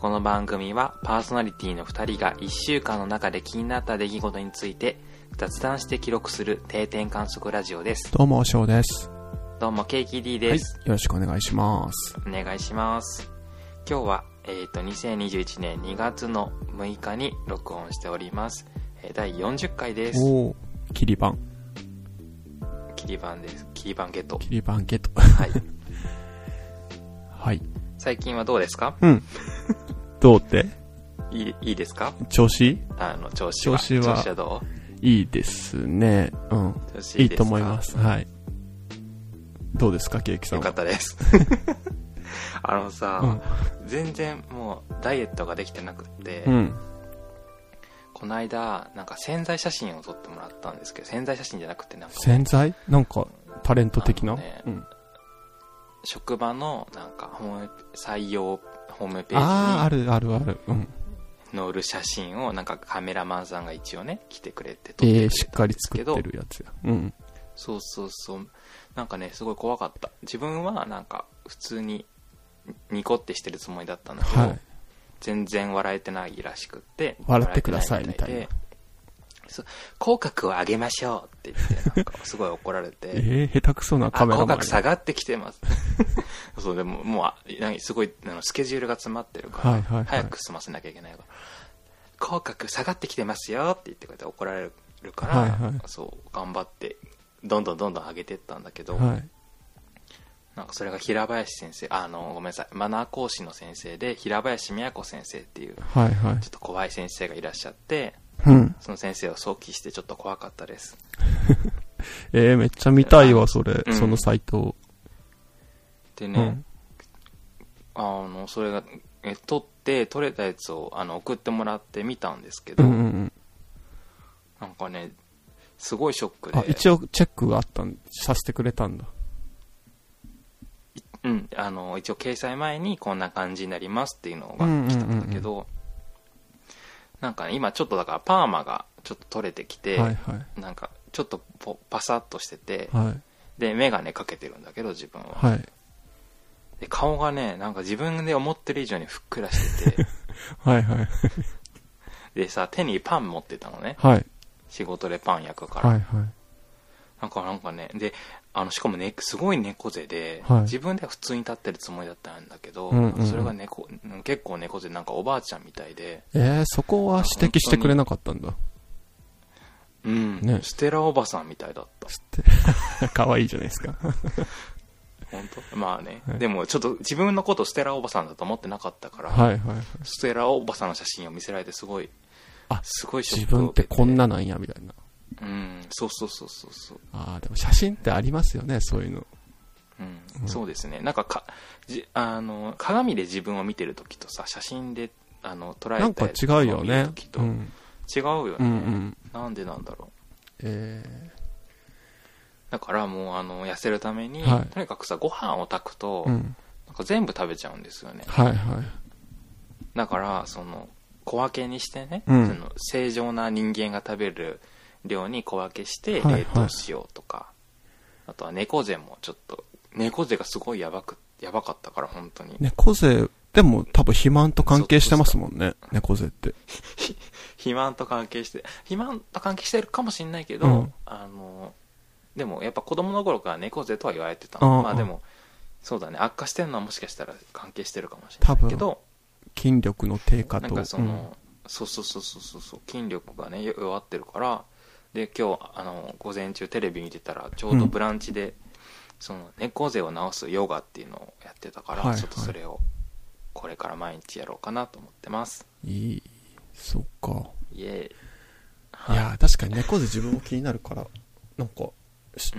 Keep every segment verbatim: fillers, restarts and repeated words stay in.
この番組はパーソナリティのふたりがいっしゅうかんの中で気になった出来事について雑談して記録する定点観測ラジオです。 どうも、翔です。 どうも、ケーキ D です、 はい。よろしくお願いします。 お願いします。今日は、えーと、にせんにじゅういちねんにがつのむいかに録音しております。だいよんじゅっかいです。 おー、キリバン。 キリバンです。キリバンゲット。 キリバンゲット。 はい。 はい。 最近はどうですか？ うん。どうっていい、いいですか？ 調子あの、調子は。 調子は。 調子はどう？いいですね。うん。 調子いいですか？ いいと思います。はい。どうですか、ケーキさんは。 よかったです。あのさ、うん、全然もうダイエットができてなくって、うん、この間なんか潜在写真を撮ってもらったんですけど、潜在写真じゃなくてなんか、ね、 潜在なんかタレント的な、ね、うん、 職場のなんかホーム採用ホームページにああるあるある、うん、 載る写真をなんかカメラマンさんが一応ね来てくれて撮ってくれたんですけど、 えー、しっかり作ってるやつや、うん、 そうそうそう、なんかねすごい怖かった。自分はなんか普通にニコってしてるつもりだったんだけど、はい、全然笑えてないらしくって、 笑ってくださいみたいな、 口角を上げましょうって言ってなんかすごい怒られてえー、下手くそなカメラマン、 口角下がってきてますそうでももうなんかすごいあのスケジュールが詰まってるから、はいはいはい、早く済ませなきゃいけないから、口角下がってきてますよって言ってこうやって怒られるから、はいはい、そう頑張ってどんどんどんどん上げていったんだけど、はい、なんかそれが平林先生、あのごめんなさい、マナー講師の先生で平林美也子先生っていう、はいはい、ちょっと怖い先生がいらっしゃって、うん、その先生を想起してちょっと怖かったです。 えー、めっちゃ見たいわそれ、うん、そのサイトでね、うん、あのそれがえ撮って撮れたやつをあの送ってもらって見たんですけど、うんうんうん、なんかねすごいショックで、 あ一応チェックがあったんさせてくれたんだ。 うん、あの一応掲載前にこんな感じになりますっていうのが来たんだけど、うんうんうんうん、なんか、ね、今ちょっとだからパーマがちょっと取れてきて、はいはい、なんかちょっとパサッとしてて、はい、で眼鏡かけてるんだけど自分は、はい、で顔がねなんか自分で思ってる以上にふっくらしててはいはいでさ手にパン持ってたのね、はい、仕事でパン焼くから、はいはい、なんかなんかねであのしかもねすごい猫背で、はい、自分では普通に立ってるつもりだったんだけど、うんうんうん、それが猫結構猫背なんかおばあちゃんみたいで、 えー、そこは指摘してくれなかったんだ。 うん、ね、ステラおばさんみたいだった。 可愛いじゃないですか。 本当まあね、はい、でもちょっと自分のことステラおばさんだと思ってなかったから、はいはいはい、ステラおばさんの写真を見せられてすごいあすごいショックを受けて、自分ってこんななんやみたいな。 うん、そうそうそうそうそう。 ああ、でも写真ってありますよね、そういうの。 うん、うん、そうですね。なんかかじあの鏡で自分を見てるときとさ、写真であの捉えたやつを見るときと、 なんか違うよね。うんうん、なんでなんだろう。 えー、だからもうあの痩せるために、はい、とにかくさご飯を炊くと、うん、なんか全部食べちゃうんですよね。 はいはい。 だからその小分けにしてね、うん、その正常な人間が食べる量に小分けして冷凍しようとか、はいはい、あとは猫背もちょっと猫背がすごいやばくやばかったから本当に。 猫背でも多分肥満と関係してますもんね、猫背って肥満と関係して肥満と関係してるかもしれないけど、うん、あのでもやっぱ子供の頃から猫背とは言われてたの。まあでもそうだね、悪化してるのはもしかしたら関係してるかもしれないけど、 筋力の低下となんかその、うん、そうそうそうそうそう筋力がね弱ってるから。で今日あの午前中テレビ見てたらちょうどブランチで、うん、その猫背を治すヨガっていうのをやってたから、はいはい、ちょっとそれをこれから毎日やろうかなと思ってます。 いい、そっか。 イエーイ、 はい、いや確かに猫背自分も気になるからなんか、うん、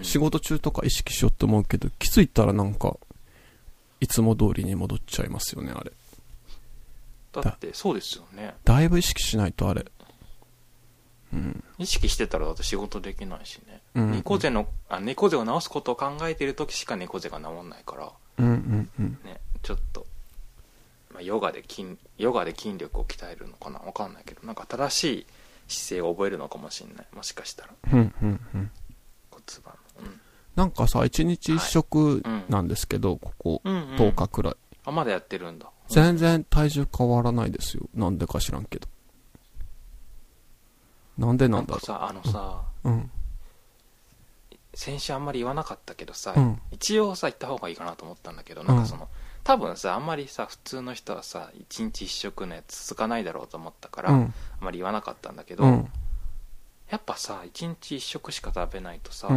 仕事中とか意識しようと思うけど気づいたらなんかいつも通りに戻っちゃいますよねあれ。 だってそうですよね。 だいぶ意識しないとあれ。うん、 意識してたらだって仕事できないしね、うんうん、猫背のあ猫背を治すことを考えている時しか猫背が治らないから、 うんうんうんね、ちょっと、まあ、ヨガで筋ヨガで筋力を鍛えるのかな分かんないけどなんか正しい姿勢を覚えるのかもしれない、もしかしたら、 うんうんうん、 骨盤の、うん、 なんかさいちにちいっ食なんですけど、はい、こことおかくらい、 あ、まだやってるんだ。 全然体重変わらないですよ。なんでか知らんけど。なんでなんだろう。 なんかさ、あのさ、 うん。 先週あんまり言わなかったけどさ、 うん、 一応さ、言った方がいいかなと思ったんだけど、なんかその、うん、多分さ、あんまりさ、普通の人はさ、一日一食のやつ続かないだろうと思ったから、うん、あんまり言わなかったんだけど、うん、やっぱさ、一日一食しか食べないとさ、うん、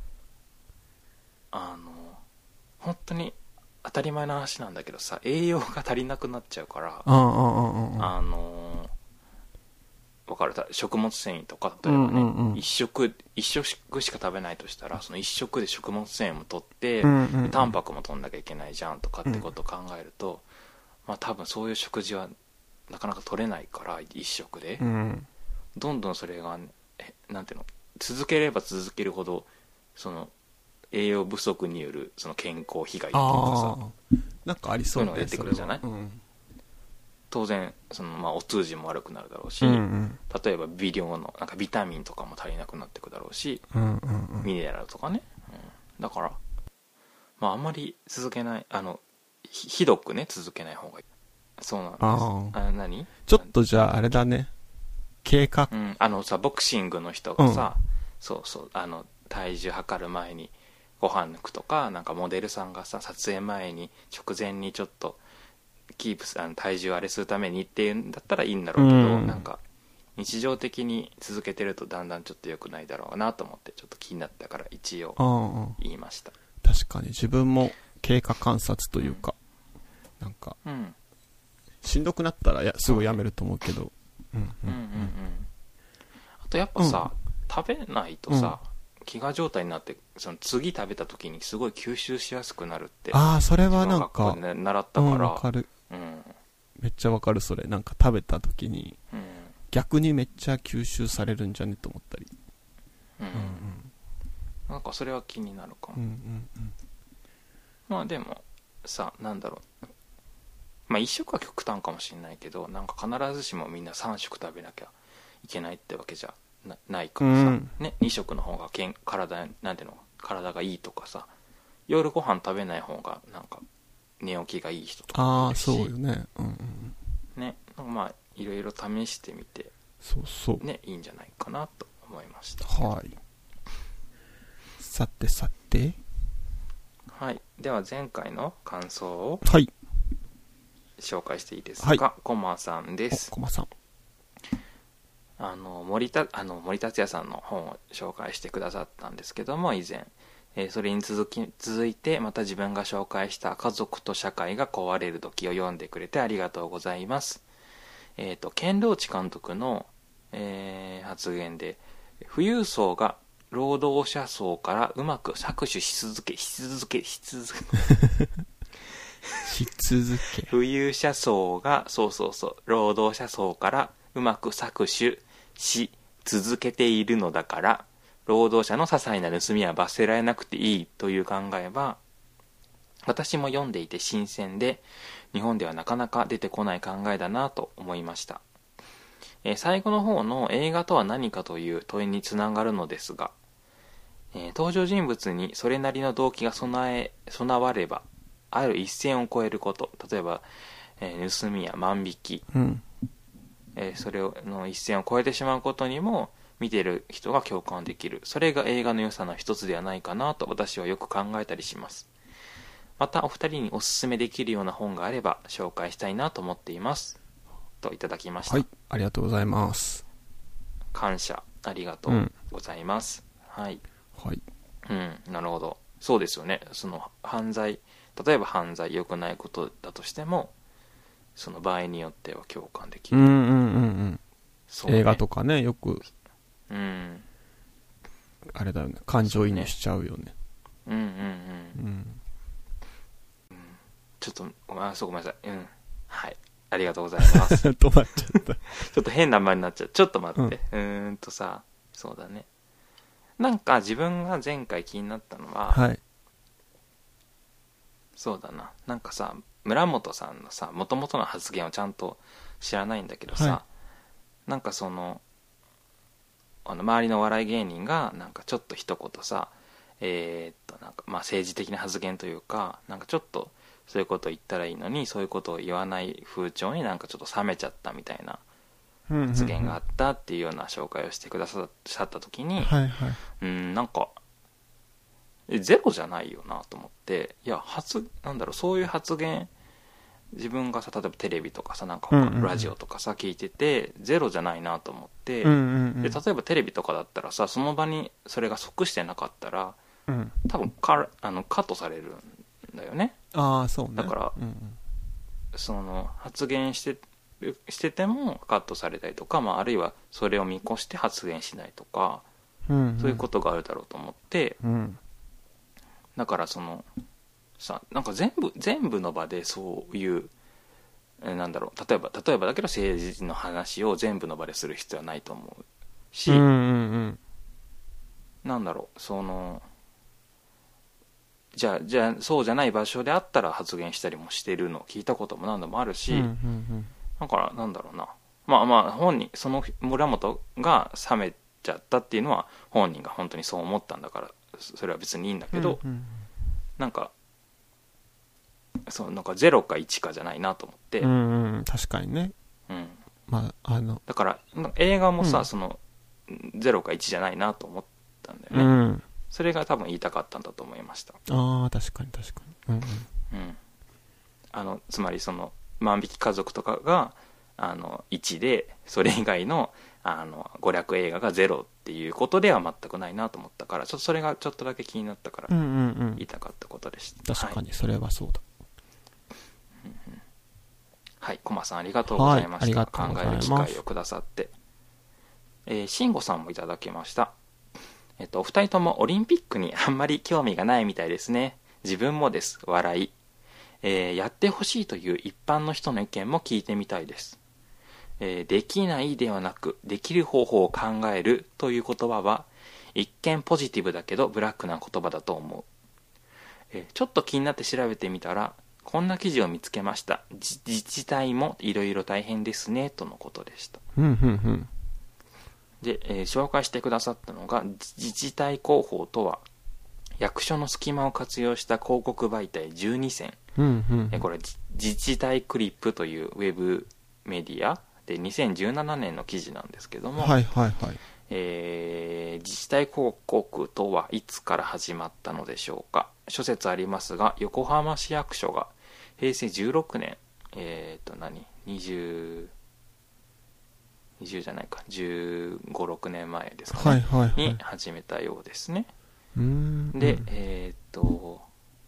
あの、本当に当たり前の話なんだけどさ、栄養が足りなくなっちゃうから、あの、わかる、食物繊維とか例えばね、うんうんうん、一食一食しか食べないとしたらその一食で食物繊維も取って、うんうんうん、タンパクも取んなきゃいけないじゃんとかってことを考えると、うん、まあ多分そういう食事はなかなか取れないから一食で、うん、どんどんそれがえなんていうの続ければ続けるほどその栄養不足によるその健康被害っていうかさ、 なんかありそうね、 そういうのが出てくるじゃない、うん、当然その、まあ、お通じも悪くなるだろうし、うんうん、例えば微量のなんかビタミンとかも足りなくなってくるだろうし、うんうんうん、ミネラルとかね、うん、だから、まあ、あんまり続けないあの ひ, ひどくね続けない方がいい。そうなんです。ああ何ちょっとじゃああれだね、経過、 うん、あのさボクシングの人がさ、うん、そうそうあの体重測る前にご飯抜くとか、なんかモデルさんがさ撮影前に直前にちょっとキープあの体重あれするためにっていうんだったらいいんだろうけど、うん、なんか日常的に続けてるとだんだんちょっと良くないだろうなと思ってちょっと気になったから一応言いました。 確かに自分も経過観察というか、うん、なんか、うん、しんどくなったらやすぐやめると思うけど、うんうんうんうん、 あとやっぱさ、うん、食べないとさ、うん、飢餓状態になってその次食べた時にすごい吸収しやすくなるって、 ああそれはなんか、 ね、習ったから、うん、 わかる、うん、めっちゃわかるそれ。なんか食べた時に、うん、逆にめっちゃ吸収されるんじゃねと思ったり、 うんうんうん、なんかそれは気になるかも、うんうんうん、まあでもさなんだろう、まあ一食は極端かもしれないけど、なんか必ずしもみんなさん食食べなきゃいけないってわけじゃ な, ないからさ、うん、ね、に食の方がけん体なんていうの体がいいとかさ、夜ご飯食べない方がなんか寝起きがいい人とかもいるし、 ああそうよね、うんうん、 ね、まあいろいろ試してみて、 そうそうね、いいんじゃないかなと思いました。 はい。さてさて、 はい、では前回の感想をはい紹介していいですか。はい、コマさんです。 コマさん、 あの 森, たあの森達也さんの本を紹介してくださったんですけども、以前、えー、それに続き続いてまた自分が紹介した家族と社会が壊れる時を読んでくれてありがとうございます。えーと堅牢地監督の、えー、発言で、富裕層が労働者層からうまく搾取し続けし続けし続けし続け富裕者層がそうそうそう労働者層からうまく搾取し続けているのだから、労働者の些細な盗みは罰せられなくていいという考えは私も読んでいて新鮮で、日本ではなかなか出てこない考えだなと思いました。えー、最後の方の映画とは何かという問いにつながるのですが、えー、登場人物にそれなりの動機が備え備わればある一線を越えること、例えば、えー、盗みや万引き、うんえー、それの一線を越えてしまうことにも見ている人が共感できる、それが映画の良さの一つではないかなと私はよく考えたりします。またお二人におすすめできるような本があれば紹介したいなと思っていますといただきました。 はい、ありがとうございます。 感謝ありがとうございます、うん、はい、 はい、 うん、なるほど。そうですよね。その犯罪、例えば犯罪良くないことだとしてもその場合によっては共感できる。 うんうんうんうん、そうね、映画とかねよく、 うん、 あれだよね、感情移入しちゃうよね。 うんうんうん、うんちょっとあそうごめんなさい、うん、はいありがとうございます。 止まっちゃった。ちょっと変な間になっちゃう。ちょっと待って、うん、うーんとさ、そうだね。なんか自分が前回気になったのは、はい、そうだな、なんかさ村本さんのさ元々の発言をちゃんと知らないんだけどさ、はい、なんかそのあの周りの笑い芸人がなんかちょっと一言さ、えー、っとなんかまあ政治的な発言というかなんかちょっとそういうことを言ったらいいのにそういうことを言わない風潮になんかちょっと冷めちゃったみたいな発言があったっていうような紹介をしてくださった時に、 はいはい、 うんなんかゼロじゃないよなと思って、いや発なんだろうそういう発言自分がさ例えばテレビとかさなんか他のラジオとかさ、うんうん、聞いててゼロじゃないなと思って、うんうんうん、で例えばテレビとかだったらさその場にそれが即してなかったら、うん、多分かあのカットされるんだよね。 ああそうね。 だから、うんうん、その発言してしててもカットされたりとか、まあ、あるいはそれを見越して発言しないとか、うんうん、そういうことがあるだろうと思って、うん、だからそのさなんか全部全部の場でそういうなんだろう例えば例えばだけど政治の話を全部の場でする必要はないと思うし、うんうんうん、なんだろうそのじゃあじゃあそうじゃない場所であったら発言したりもしてるのを聞いたことも何度もあるし、うんうんうん、だからなんだろうなまあまあ本人その村本が冷めちゃったっていうのは本人が本当にそう思ったんだからそれは別にいいんだけど、うんうん、なんかそうなんかゼロかいちかじゃないなと思って、 うんうん、確かにね、うんまあ、あのだから映画もさ、うん、そのゼロかいちじゃないなと思ったんだよね、うん、それが多分言いたかったんだと思いました。 ああ確かに確かに、うんうんうん、あのつまりその万引き家族とかがあのいちでそれ以外のあの娯楽映画がゼロっていうことでは全くないなと思ったからちょっとそれがちょっとだけ気になったから言いたかったことでした、 うんうんうん、確かにそれはそうだ、 はいうんうん、はいコマさんありがとうございました、はい、考える機会をくださって、えー、慎吾さんもいただきました。えっとお二人ともオリンピックにあんまり興味がないみたいですね。自分もです。笑い、えー、やってほしいという一般の人の意見も聞いてみたいです。えー、できないではなくできる方法を考えるという言葉は一見ポジティブだけどブラックな言葉だと思う、えー、ちょっと気になって調べてみたらこんな記事を見つけました。自治体もいろいろ大変ですねとのことでした。 うんうんうんで、えー、紹介してくださったのが自治体広報とは役所の隙間を活用した広告媒体じゅうにせん、うんうんうんえー、これ自治体クリップというウェブメディアでにせんじゅうななねんの記事なんですけども、 はいはいはいえー、自治体広告とはいつから始まったのでしょうか。諸説ありますが横浜市役所がへいせいじゅうろくねんえっ、ー、と何20 20じゃないかじゅうご、ろくねんまえですかね、 はいはいはい、 に始めたようですね。 うーんでえっ、ー、と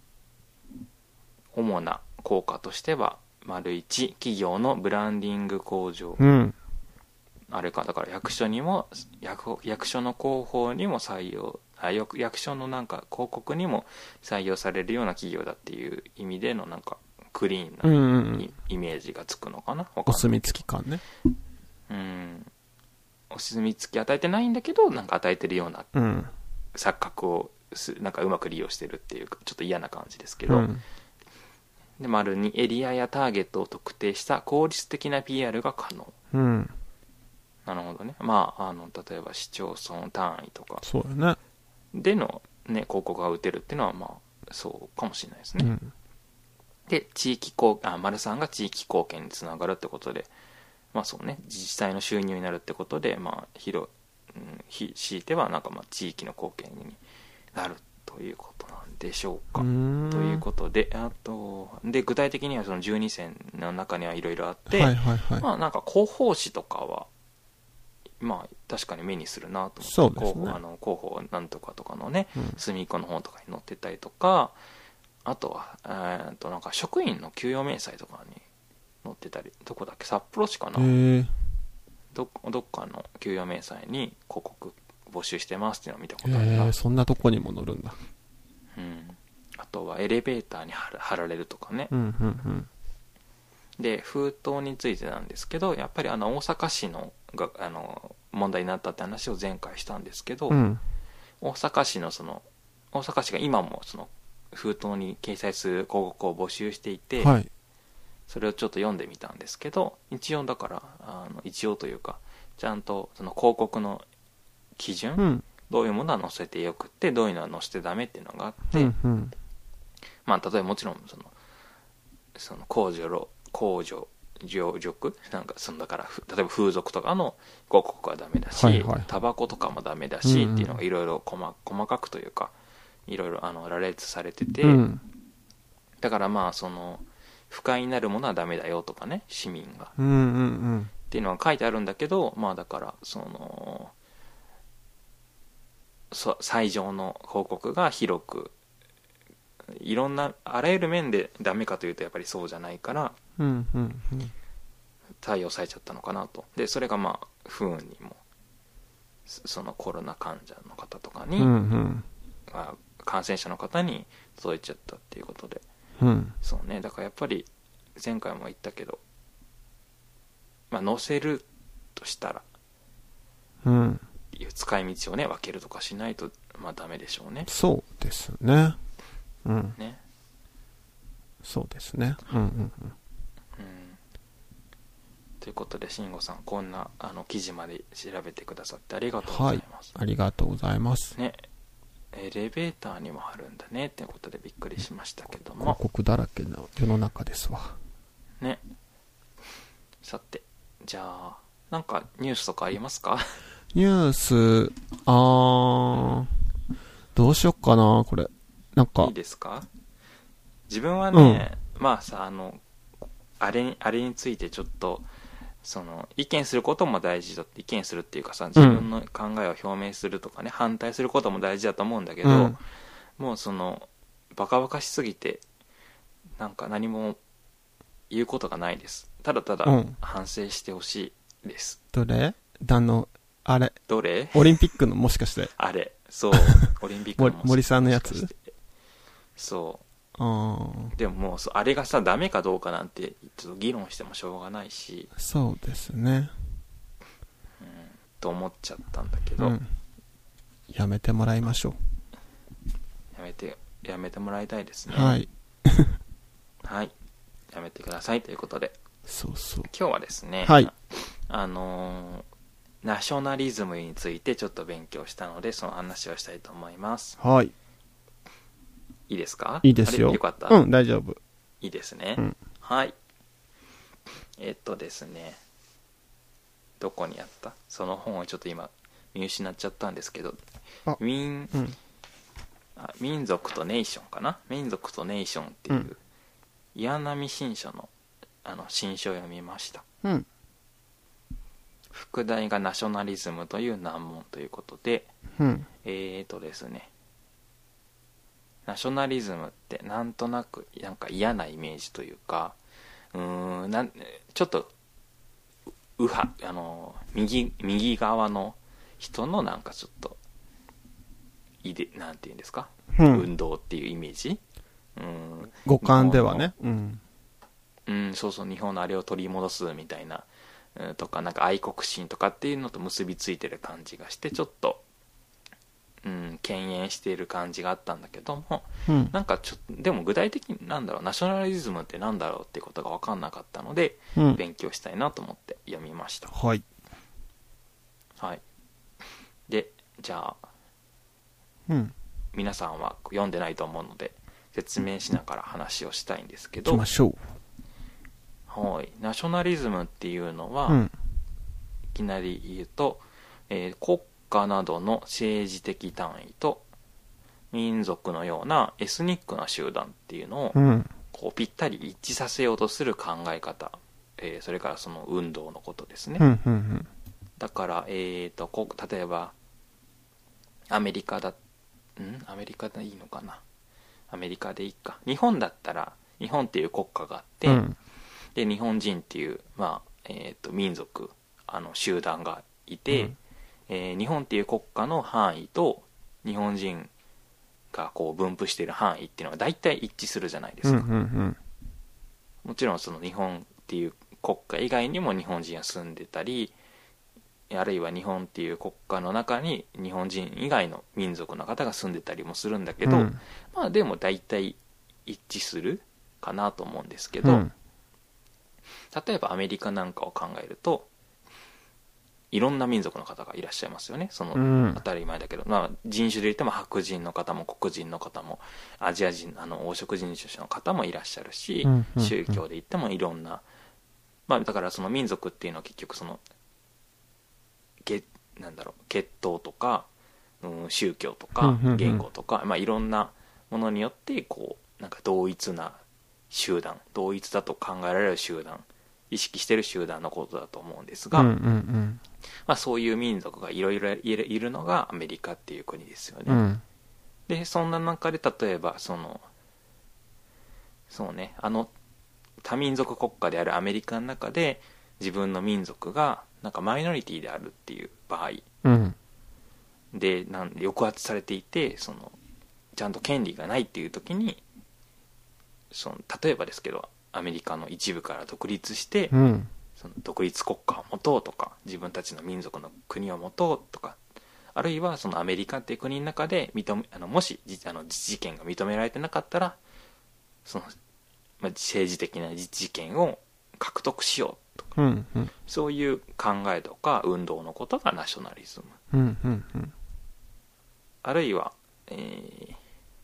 主な効果としては丸いち企業のブランディング向上、うん、あれかだから役所にも 役, 役所の広報にも採用あ役所のなんか広告にも採用されるような企業だっていう意味でのなんかクリーンな、うんうん、イメージがつくのかな。 お墨付き感ね。 うんお墨付き与えてないんだけどなんか与えてるような錯覚をなんかうまく利用してるっていうちょっと嫌な感じですけど、うんで丸にエリアやターゲットを特定した効率的な ピーアール が可能、うん、なるほどね。まああの例えば市町村単位とかそうやねでの、ね、広告が打てるっていうのはまあそうかもしれないですね、うん、で地域貢あ丸さんが地域貢献につながるってことでまあそうね自治体の収入になるってことでまあ広、うん、ひ強いてはなんかまあ地域の貢献になるということなんでしょうか。ということであとで具体的にはそのじゅうにせんの中にはいろいろあって、はいはいはい、まあなんか広報誌とかはまあ確かに目にするなと思ってそうですね、 広報あの広報なんとかとかのね、うん、隅っこの本とかに載ってたりとかあとはえー、となんか職員の給与明細とかに載ってたりどこだっけ札幌市かなど, どっかの給与明細に広告募集してますっていうのを見たことあるな。 えー、そんなとこにも載るんだ。 うん、あとはエレベーターに貼られるとかね、 うんうんうん、 で封筒についてなんですけどやっぱりあの大阪市のがあの問題になったって話を前回したんですけど、うん、大阪市のその大阪市が今もその封筒に掲載する広告を募集していて、はい、それをちょっと読んでみたんですけど一応だからあの一応というかちゃんとその広告の基準、うん、どういうものは載せてよくってどういうのは載せてダメっていうのがあって、うんうん、まあ例えばもちろんそのその公序公序上俗なんかそのだから例えば風俗とかの広告はダメだし、はいはい、タバコとかもダメだし、うんうん、っていうのがいろいろ細かくというかいろいろあの羅列されてて、うん、だからまあその不快になるものはダメだよとかね、市民が、 うんうんうん、 っていうのは書いてあるんだけど、まあだからそのそ最上の広告が広くいろんなあらゆる面でダメかというとやっぱりそうじゃないから、 うんうんうん、 対応されちゃったのかなと。でそれがまあ不運にもそのコロナ患者の方とかに、 うんうんまあ、感染者の方に届いちゃったっていうことで、 うん、 そうね、だからやっぱり前回も言ったけど、まあ載せるとしたら、 うん、 いう使い道をね分けるとかしないとまあダメでしょうね。 そうですね。うん。 ね。 そうですね。うんうんうん。うん、 ということで慎吾さんこんなあの記事まで調べてくださってありがとうございます。 はい、ありがとうございます。 ね。エレベーターにも貼るんだねってことでびっくりしましたけども。 広告だらけの世の中ですわ。 ね。さてじゃあなんかニュースとかありますか？ ニュース、あー、どうしよっかな、これ。なんか。 いいですか？自分はね、うん、まあさ、あの、あれ、あれについてちょっと、その、意見することも大事だって、意見するっていうかさ、自分の考えを表明するとかね、うん、反対することも大事だと思うんだけど、うん、もうその、バカバカしすぎて、なんか何も言うことがないです。ただただ反省してほしいです。 どれ？あの、あれ。 どれ？ オリンピックのもしかして。 あれ。そう。オリンピックの森さんのやつ？ そう。 あでももう、あれがさ、ダメかどうかなんて、ちょっと議論してもしょうがないし。 そうですね。 うん。と思っちゃったんだけど。うん、 やめてもらいましょう。 やめて、やめてもらいたいですね。 はい。 はい。やめてくださいということで。 そうそう。 今日はですね。 はい。 あのー、ナショナリズムについてちょっと勉強したのでその話をしたいと思います。 はい。 いいですか？ いいですよ。 よかった？ うん、大丈夫。 いいですね。 うん、 はい。えっとですね、どこにあった？その本をちょっと今見失っちゃったんですけど、民、うん、あ民族とネーションかな？民族とネーションっていう、うん、岩波新書のあの新書を読みました。 うん。 副題がナショナリズムという難問ということで、 うん、 えーとですね、ナショナリズムってなんとなくなんか嫌なイメージというか、うーんなんちょっと右派あの右右側の人のなんかちょっといでなんていうんですか、うん、運動っていうイメージ、うん、 五感ではね、うん、 うん、そうそう日本のあれを取り戻すみたいな。とかなんか愛国心とかっていうのと結びついてる感じがしてちょっと、うん、敬遠している感じがあったんだけども、うん、なんかちょっとでも具体的になんだろうナショナリズムってなんだろうっていうことが分かんなかったので、うん、勉強したいなと思って読みました。 はいはい。でじゃあ、 うん、 皆さんは読んでないと思うので説明しながら話をしたいんですけど、 行きましょう。 はい、ナショナリズムっていうのは、 うん、 いきなり言うと、えー、国家などの政治的単位と民族のようなエスニックな集団っていうのを、 うん、 こうぴったり一致させようとする考え方、えー、それからその運動のことですね。 うんうんうん、 だから、えーと、こ例えばアメリカだんアメリカでいいのかなアメリカでいいか日本だったら日本っていう国家があって、 うんで日本人っていう、まあえー、と民族あの集団がいて、うんえー、日本っていう国家の範囲と日本人がこう分布している範囲っていうのは大体一致するじゃないですか、 うんうんうん、 もちろんその日本っていう国家以外にも日本人が住んでたりあるいは日本っていう国家の中に日本人以外の民族の方が住んでたりもするんだけど、うん、まあでも大体一致するかなと思うんですけど、うん例えばアメリカなんかを考えるといろんな民族の方がいらっしゃいますよね。その当たり前だけど、うん、まあ、人種で言っても白人の方も黒人の方もアジア人、あの黄色人種の方もいらっしゃるし、うんうんうん、宗教で言ってもいろんな、まあ、だからその民族っていうのは結局そのげなんだろう血統とか、うん、宗教とか言語とか、うんうんうん、まあ、いろんなものによってこうなんか同一な集団、同一だと考えられる集団、意識している集団のことだと思うんですが、うんうんうん、まあ、そういう民族がいろいろいるのがアメリカっていう国ですよね、うん、でそんな中で例えばそのそうねあの多民族国家であるアメリカの中で自分の民族がなんかマイノリティであるっていう場合、うん、でなん抑圧されていてそのちゃんと権利がないっていう時にその例えばですけどアメリカの一部から独立して、うん、その独立国家を持とうとか自分たちの民族の国を持とうとか、あるいはそのアメリカっていう国の中で認めあのもしあの自治権が認められてなかったらその、まあ、政治的な自治権を獲得しようとか、うんうん、そういう考えとか運動のことがナショナリズム、うんうんうん、あるいは、えー、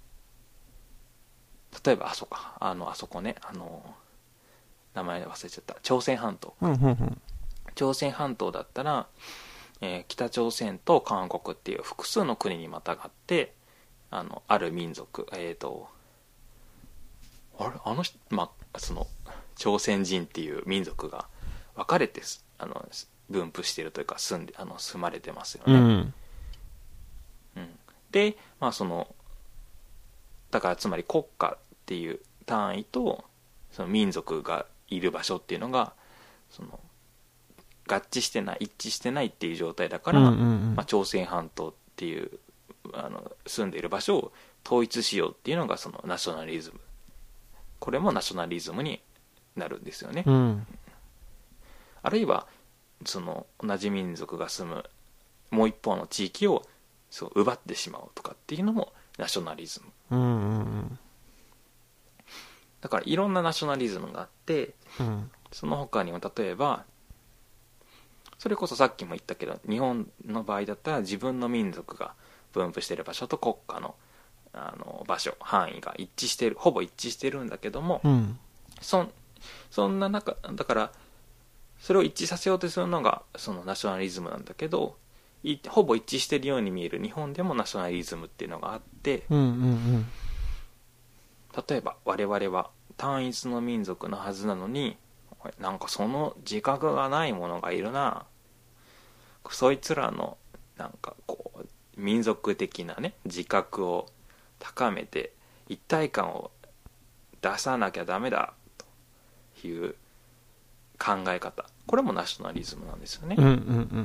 例えばあそこかあのあそこねあの名前忘れちゃった朝鮮半島、うんうんうん、朝鮮半島だったら、えー、北朝鮮と韓国っていう複数の国にまたがってあのある民族えっ、ー、とあれあの人まあその朝鮮人っていう民族が分かれてあの分布しているというか住んであの住まれてますよね、うんうん、でまあそのだからつまり国家っていう単位とその民族がいる場所っていうのがその合致してない一致してないっていう状態だから、うんうんうんまあ、朝鮮半島っていうあの住んでいる場所を統一しようっていうのがそのナショナリズム、これもナショナリズムになるんですよね、うん、あるいはその同じ民族が住むもう一方の地域をそう奪ってしまうとかっていうのもナショナリズム、うんうんうん、だからいろんなナショナリズムがあって、うん、その他にも例えばそれこそさっきも言ったけど日本の場合だったら自分の民族が分布している場所と国家の、あの場所範囲が一致しているほぼ一致しているんだけども、うん、そ, そんな中だからそれを一致させようとするのがそのナショナリズムなんだけどほぼ一致しているように見える日本でもナショナリズムっていうのがあって、うんうんうん、例えば我々は単一の民族のはずなのになんかその自覚がない者がいるな、そいつらのなんかこう民族的なね自覚を高めて一体感を出さなきゃダメだという考え方、これもナショナリズムなんですよね、うんうんうん、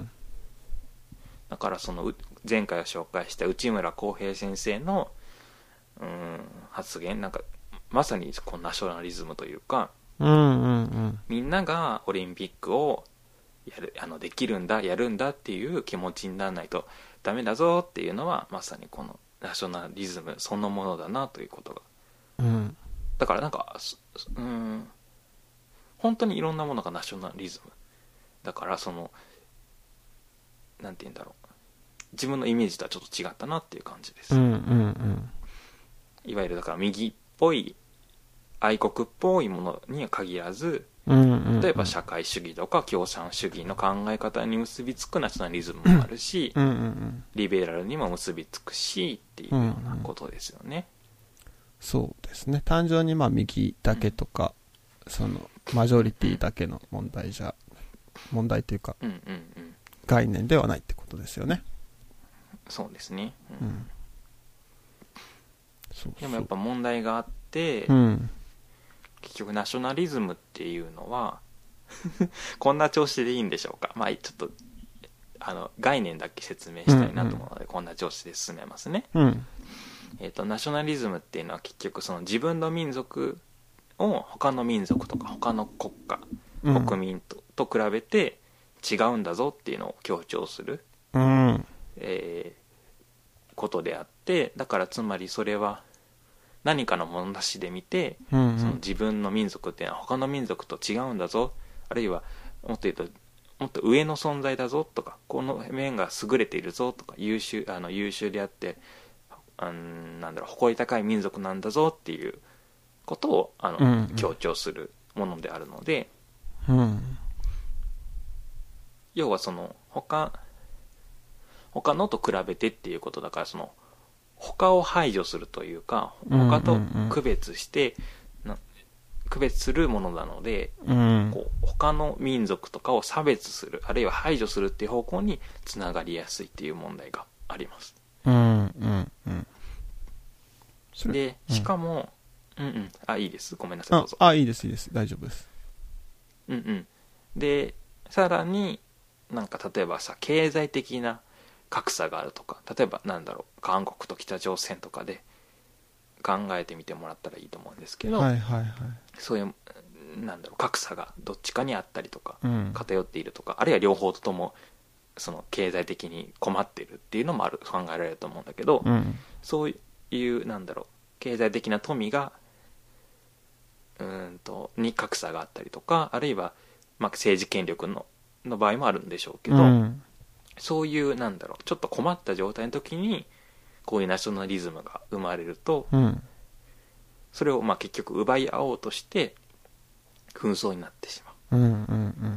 だからその前回紹介した内村航平先生のうーん発言なんかまさにこのナショナリズムというか、うんうんうん、みんながオリンピックをやるあのできるんだやるんだっていう気持ちにならないとダメだぞっていうのはまさにこのナショナリズムそのものだなということが、うん、だからなんかうーん本当にいろんなものがナショナリズムだからそのなんて言うんだろう自分のイメージとはちょっと違ったなっていう感じです、うんうんうん、いわゆるだから右っぽい愛国っぽいものには限らず、うんうんうん、例えば社会主義とか共産主義の考え方に結びつくナショナリズムもあるし、うんうんうん、リベラルにも結びつくしっていうようなことですよね、うんうん、 そうですね単純にまあ右だけとか、うん、そのマジョリティだけの問題じゃ問題というか、うんうんうん、概念ではないってことですよね。 そうですね、うんうん、そうそうでもやっぱ問題があって、うん、結局ナショナリズムっていうのはこんな調子でいいんでしょうか、まあちょっとあの概念だけ説明したいなと思うので、うんうん、こんな調子で進めますね、うんえーと、ナショナリズムっていうのは結局その自分の民族を他の民族とか他の国家、うん、国民 と, と比べて違うんだぞっていうのを強調する、うんえー、ことであって、だからつまりそれは何かの物差しで見て、うんうん、その自分の民族っていうのは他の民族と違うんだぞ、あるいはもっと言うともっと上の存在だぞとか、この面が優れているぞとか、優秀あの優秀であって、あんなんだろう誇り高い民族なんだぞっていうことをあの、うんうん、強調するものであるので、 うん、 要はその他他のと比べてっていうことだから、その他を排除するというか、他と区別して、うんうんうん、区別するものなので、うん、こう他の民族とかを差別する、あるいは排除するっていう方向につながりやすいっていう問題があります。 うんうんうん。 で、しかも、うん、うんうん、あ、いいです。ごめんなさい、どうぞ。 あ、あ、いいです、いいです。大丈夫です。 うんうん。で、さらに、なんか例えばさ、経済的な格差があるとか、例えばなんだろう、韓国と北朝鮮とかで考えてみてもらったらいいと思うんですけど、 はいはいはい。 そういう、なんだろう、格差がどっちかにあったりとか、うん、偏っているとか、あるいは両方とも、その経済的に困っているっていうのもある、考えられると思うんだけど、うん、そういう、なんだろう、経済的な富が、うーんと、に格差があったりとか、あるいは、まあ、政治権力の、の場合もあるんでしょうけど、うん、そういう、なんだろう、ちょっと困った状態の時に、こういうナショナリズムが生まれると、うん、それをまあ結局奪い合おうとして、紛争になってしまう。うんうんうん、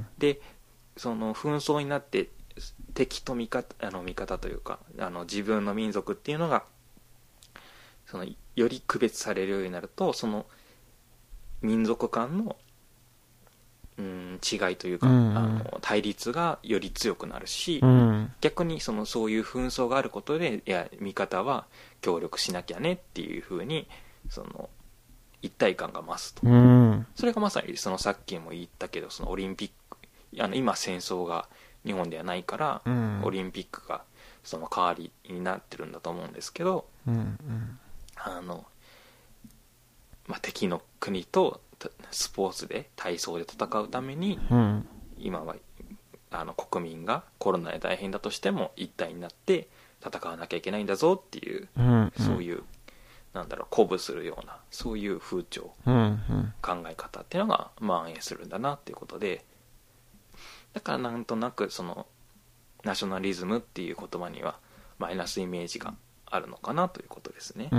で、その紛争になって、敵と味方、あの味方というか、あの自分の民族っていうのが、そのより区別されるようになると、その民族間の、うん、違いというか、うんうん、あの対立がより強くなるし、うん、逆にそのそういう紛争があることで、いや味方は協力しなきゃねっていう風にその一体感が増すと、うん、それがまさにそのさっきも言ったけど、そのオリンピック、あの今戦争が日本ではないから、うん、オリンピックがその代わりになってるんだと思うんですけど、うんうん、あの、まあ、敵の国とスポーツで体操で戦うために、うん、今はあの国民がコロナで大変だとしても一体になって戦わなきゃいけないんだぞっていう、うんうん、そういうなんだろう鼓舞するようなそういう風潮、うんうん、考え方っていうのが蔓延するんだなっていうことで、だからなんとなくそのナショナリズムっていう言葉にはマイナスイメージがあるのかなということですね。 うん、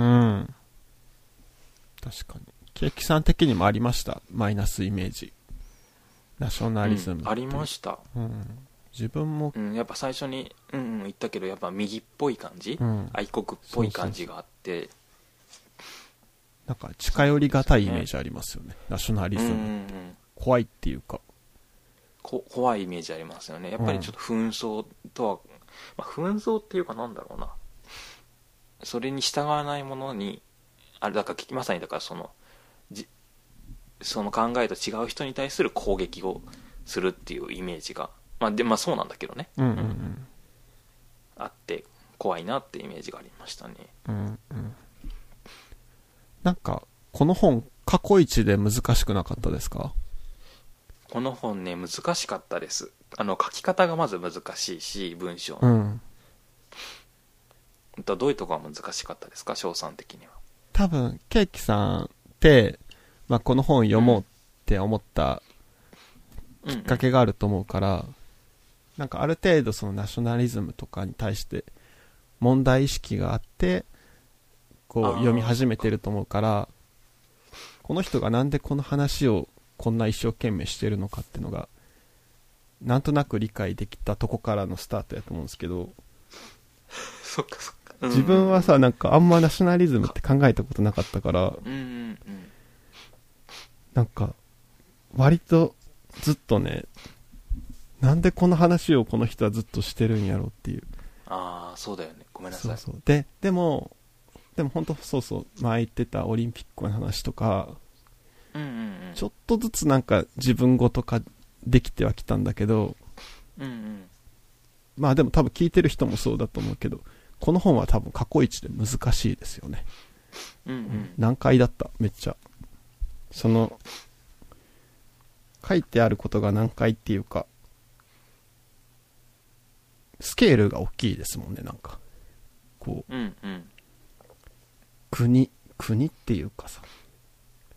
確かにケーキさん的にもありました、マイナスイメージ、ナショナリズム、 うん、ありました、 うん、自分も、 うん、やっぱ最初に、うんうん、言ったけどやっぱ右っぽい感じ、うん、愛国っぽい感じがあって、そうそうそう、 なんか近寄りがたいイメージありますよね、ナショナリズムって、うんうんうん、怖いっていうかこ怖いイメージありますよね。やっぱりちょっと紛争とは、うん、まあ、紛争っていうかなんだろうな、それに従わないものにあれだからまさにだからそのじその考えと違う人に対する攻撃をするっていうイメージが、まあでまあそうなんだけどね、うんうんうん、あって怖いなってイメージがありましたね。うんうん、 なんかこの本過去一で難しくなかったですか？ この本ね難しかったです。あの書き方がまず難しいし文章、 うん、 どういうところが難しかったですか、翔さん的には。 多分ケーキさんって、まあ、この本読もうって思ったきっかけがあると思うから、うんうん、なんかある程度そのナショナリズムとかに対して問題意識があってこう読み始めてると思うから、この人がなんでこの話をこんな一生懸命してるのかっていうのがなんとなく理解できたとこからのスタートやと思うんですけど、 そっかそっか、 自分はさ、なんかあんまナショナリズムって考えたことなかったから、うんうんうん、なんか割とずっとね、なんでこの話をこの人はずっとしてるんやろうっていう。 ああ、そうだよね、ごめんなさい。 そうそう、ででもでも本当そうそう、前言ってたオリンピックの話とか、うんうんうん、ちょっとずつなんか自分ごと化できてはきたんだけど、うんうん、まあでも多分聞いてる人もそうだと思うけど、この本は多分過去一で難しいですよね。うんうん、難解だった、めっちゃ。その書いてあることが難解っていうか、スケールが大きいですもんね、なんかこう、うんうん、国国っていうかさ、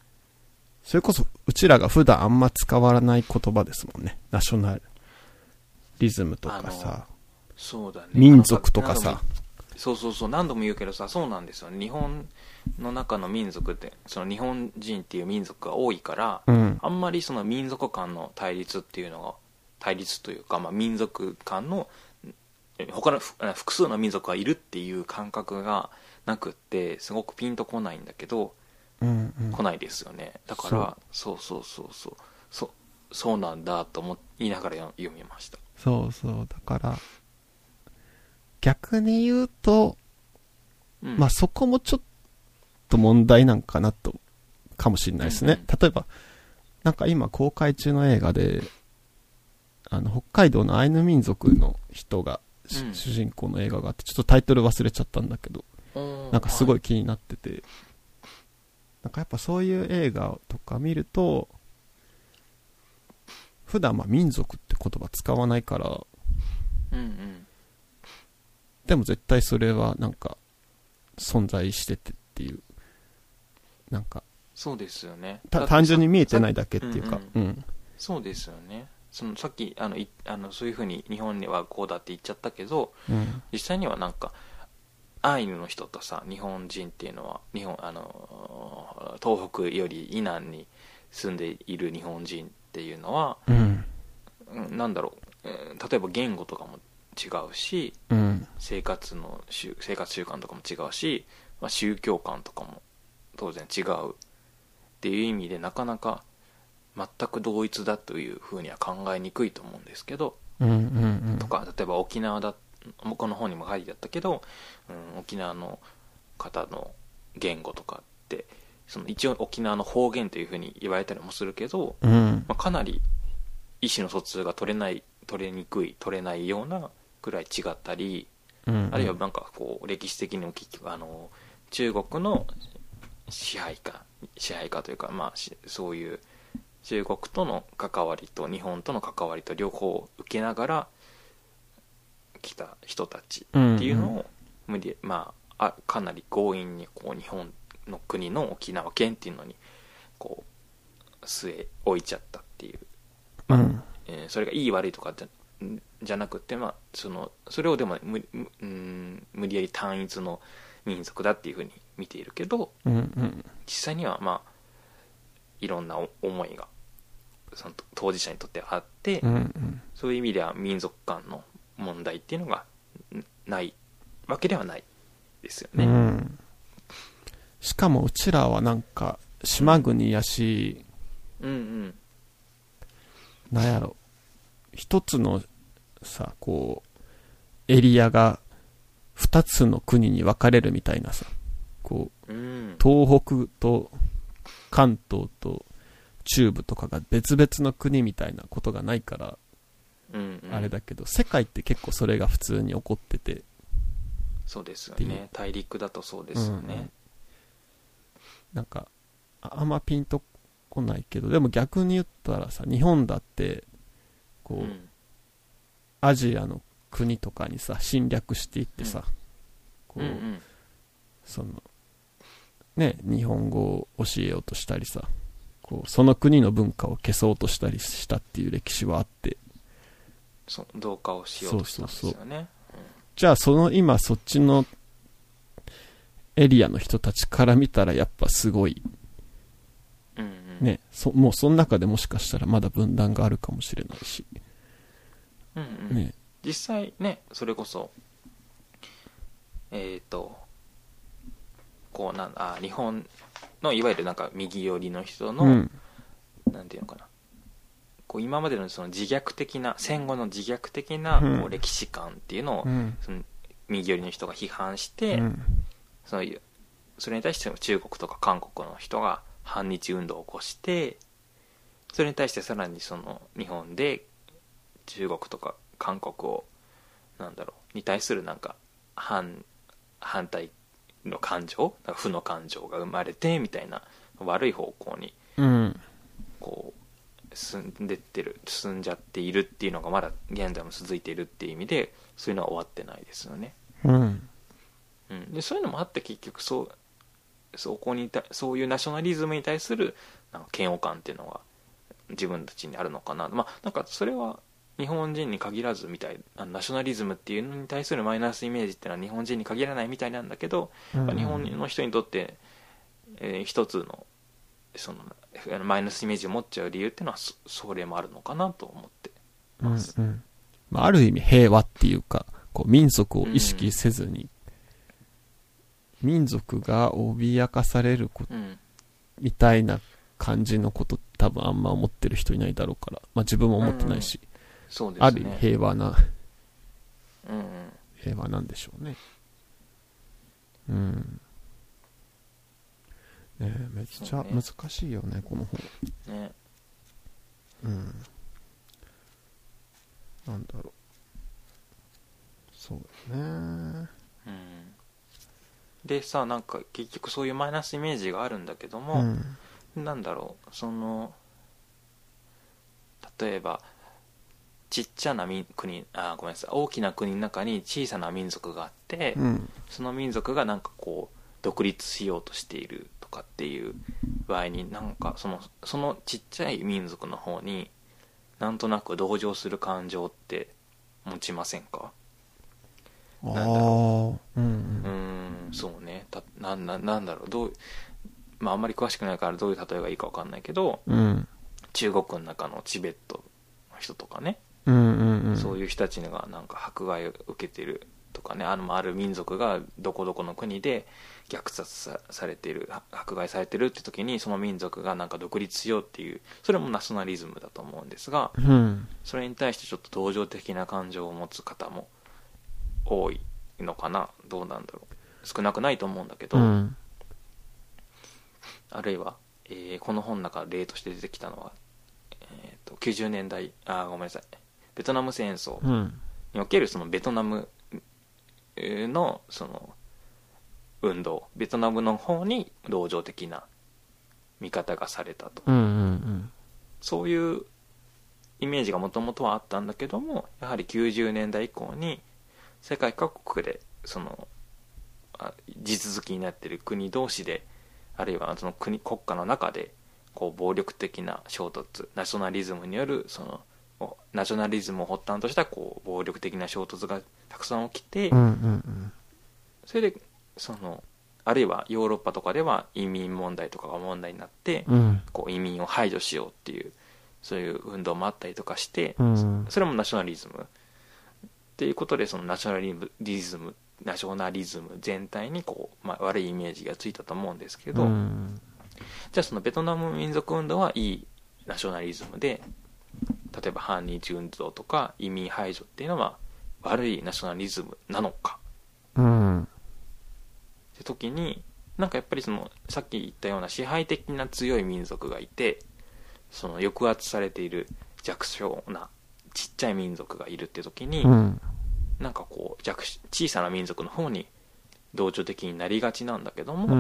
それこそうちらが普段あんま使わない言葉ですもんね、ナショナルリズムとかさ、 そうだね、 民族とかさ、 そうそうそう、何度も言うけどさ、そうなんですよね。日本の中の民族って、その日本人っていう民族が多いから、うん、あんまりその民族間の対立っていうのが、対立というか、まあ、民族間の他の複数の民族がいるっていう感覚がなくって、すごくピンとこないんだけど、うんうん、来ないですよね。だからそうそうそうそうそうそうなんだと思いながら読みました。 そうそう、だから逆に言うと、うん、まあそこもちょっと問題なんかなとかもしれないですね、うんうん、例えばなんか今公開中の映画で、あの北海道のアイヌ民族の人が、うん、主人公の映画があって、ちょっとタイトル忘れちゃったんだけど、なんかすごい気になってて、はい、なんかやっぱそういう映画とか見ると、普段まあ民族って言葉使わないから、うんうん、でも絶対それはなんか存在しててっていう、なんかそうですよね。 単純に見えてないだけっていうか、 うんうんうん、そうですよね。そのさっきあのいあのそういう風に日本にはこうだって言っちゃったけど、うん、実際にはなんかアイヌの人とさ、日本人っていうのは日本あの東北より以南に住んでいる日本人っていうのは、うん、なんだろう、えー、例えば言語とかも違うし、うん、生活の生活習慣とかも違うし、まあ、宗教観とかも当然違うっていう意味で、なかなか全く同一だというふうには考えにくいと思うんですけど、うんうんうん、とか例えば沖縄だ、この本にも書いてあったけど、うん、沖縄の方の言語とかってその一応沖縄の方言というふうに言われたりもするけど、うんまあ、かなり意思の疎通が取れない取れにくい取れないようなくらい違ったり、うんうん、あるいはなんかこう歴史的にもあの中国の支配下支配下というか、まあ、そういう中国との関わりと日本との関わりと両方受けながら来た人たちっていうのを無理、うんうん、まあ、あかなり強引にこう日本の国の沖縄県っていうのにこう据え置いちゃったっていう、まあうんえー、それがいい悪いとかじゃ、じゃなくて、まあ、そのそれをでも 無, うん無理やり単一の民族だっていうふうに見ているけど、うんうん、実際にはまあいろんな思いがその当事者にとってあって、うんうん、そういう意味では民族間の問題っていうのがないわけではないですよね、うん、 しかもうちらはなんか島国やし、うんうん、なんやろ一つのさこうエリアが二つの国に分かれるみたいなさこう、うん、東北と関東と中部とかが別々の国みたいなことがないから、うんうん、あれだけど世界って結構それが普通に起こってて、 そうですよね、大陸だとそうですよね、うんうん、 なんかあんまピンとこないけど、でも逆に言ったらさ日本だってこう、うん、アジアの国とかにさ侵略していってさ、うん、こう、うんうん、そのね日本語を教えようとしたりさこうその国の文化を消そうとしたりしたっていう歴史はあって、 そ同化をしようとしたんですよね。そうそうそう、うん、 じゃあその今そっちのエリアの人たちから見たらやっぱすごい、うんうん、ねそもうその中でもしかしたらまだ分断があるかもしれないし、 うんうんね、実際ねそれこそえっ、ー、とこうなんあ日本のいわゆるなんか右寄りの人の、うん、なんていうのかなこう今までのその自虐的な戦後の自虐的なこう歴史観っていうのを、うん、その右寄りの人が批判して、うん、そういうそれに対して中国とか韓国の人が反日運動を起こして、それに対してさらにその日本で中国とか韓国をなんだろうに対するなんか反反対の感情、負の感情が生まれてみたいな悪い方向にこう進んでってる進んじゃっているっていうのがまだ現在も続いているっていう意味で、そういうのは終わってないですよね、うんうん、でそういうのもあって結局そうそこにそういうナショナリズムに対するなんか嫌悪感っていうのが自分たちにあるのかな、まあなんかそれは日本人に限らずみたい、あのナショナリズムっていうのに対するマイナスイメージっていうのは日本人に限らないみたいなんだけど、うんうん、日本の人にとって、えー、一つのそのマイナスイメージを持っちゃう理由っていうのは そ, それもあるのかなと思ってます、 うんうんまあ、ある意味平和っていうかこう民族を意識せずに、うん、民族が脅かされること、うん、みたいな感じのこと多分あんま思ってる人いないだろうから、まあ、自分も思ってないし、うんそうですね、ある意味平和な、うんうん、平和なんでしょうね。うんねえめっちゃ難しいよねこの本ね。うんなんだろうそうだね。うんでさなんか結局そういうマイナスイメージがあるんだけども、うん、なんだろうその例えばちっちゃな国あごめんなさい大きな国の中に小さな民族があって、うん、その民族がなんかこう独立しようとしているとかっていう場合になんかそのそのちっちゃい民族の方になんとなく同情する感情って持ちませんか？なんだろう、うん、うん、そうねたなななんだろうどうまああんまり詳しくないからどういう例えがいいか分かんないけど、うん、中国の中のチベットの人とかね、うんうんうん、そういう人たちがなんか迫害を受けてるとかね あのある民族がどこどこの国で虐殺 さ, されている迫害されてるって時にその民族がなんか独立しようっていうそれもナショナリズムだと思うんですが、うん、それに対してちょっと同情的な感情を持つ方も多いのかなどうなんだろう少なくないと思うんだけど、うん、あるいは、えー、この本の中例として出てきたのは、えー、ときゅうじゅうねんだいあごめんなさいベトナム戦争におけるそのベトナムのその運動ベトナムの方に同情的な見方がされたと、うんうんうん、そういうイメージがもともとはあったんだけどもやはりきゅうじゅうねんだい以降に世界各国でその地続きになっている国同士であるいはその国国家の中でこう暴力的な衝突ナショナリズムによるそのナショナリズムを発端としたこう暴力的な衝突がたくさん起きて、うんうんうん、それでそのあるいはヨーロッパとかでは移民問題とかが問題になって、うん、こう移民を排除しようっていうそういう運動もあったりとかして、うん、それもナショナリズムっていうことでそのナショナリズムナショナリズム全体にこう、まあ、悪いイメージがついたと思うんですけど、うん、じゃあそのベトナム民族運動はいいナショナリズムで例えば反日運動とか移民排除っていうのは悪いナショナリズムなのか、うん、って時になんかやっぱりそのさっき言ったような支配的な強い民族がいてその抑圧されている弱小なちっちゃい民族がいるって時に、うん、なんかこう弱小さな民族の方に同情的になりがちなんだけども、うん、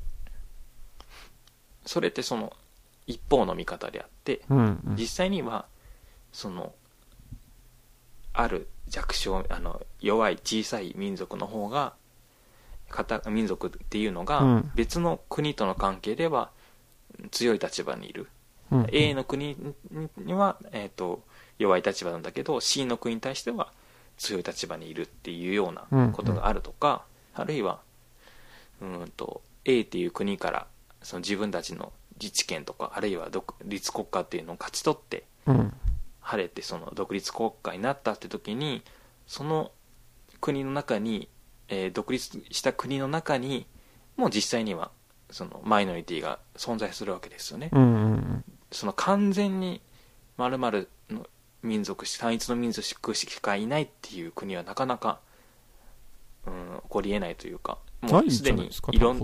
それってその一方の見方であって、うんうん、実際にはそのある弱小あの弱い小さい民族の方が民族っていうのが別の国との関係では強い立場にいる、うんうん、A の国には、えーと、弱い立場なんだけど C の国に対しては強い立場にいるっていうようなことがあるとか、うんうん、あるいはうんと A っていう国からその自分たちの自治権とかあるいは独立国家っていうのを勝ち取って、うん、晴れてその独立国家になったって時にその国の中に、えー、独立した国の中にもう実際にはそのマイノリティが存在するわけですよね、うんうんうん、その完全に〇〇の民族単一の民族しかいないっていう国はなかなか、うん、起こり得ないというかもうすでにいろんな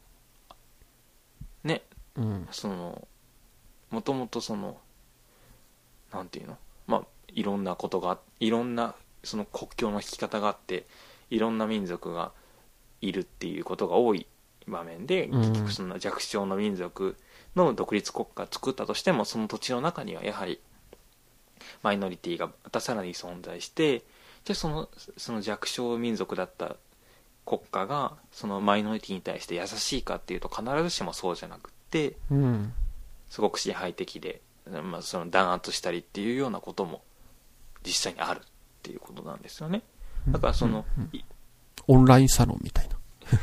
ね、うん、そのもともとそのなんていうのまあいろんなことがいろんなその国境の引き方があっていろんな民族がいるっていうことが多い場面で、うん、結局その弱小の民族の独立国家を作ったとしてもその土地の中にはやはりマイノリティがまたさらに存在してじゃあその、その弱小民族だった国家がそのマイノリティに対して優しいかっていうと必ずしもそうじゃなくって、うん、すごく支配的で、まあ、その弾圧したりっていうようなことも実際にあるっていうことなんですよね。だからその、 うんうん、オンラインサロンみたいな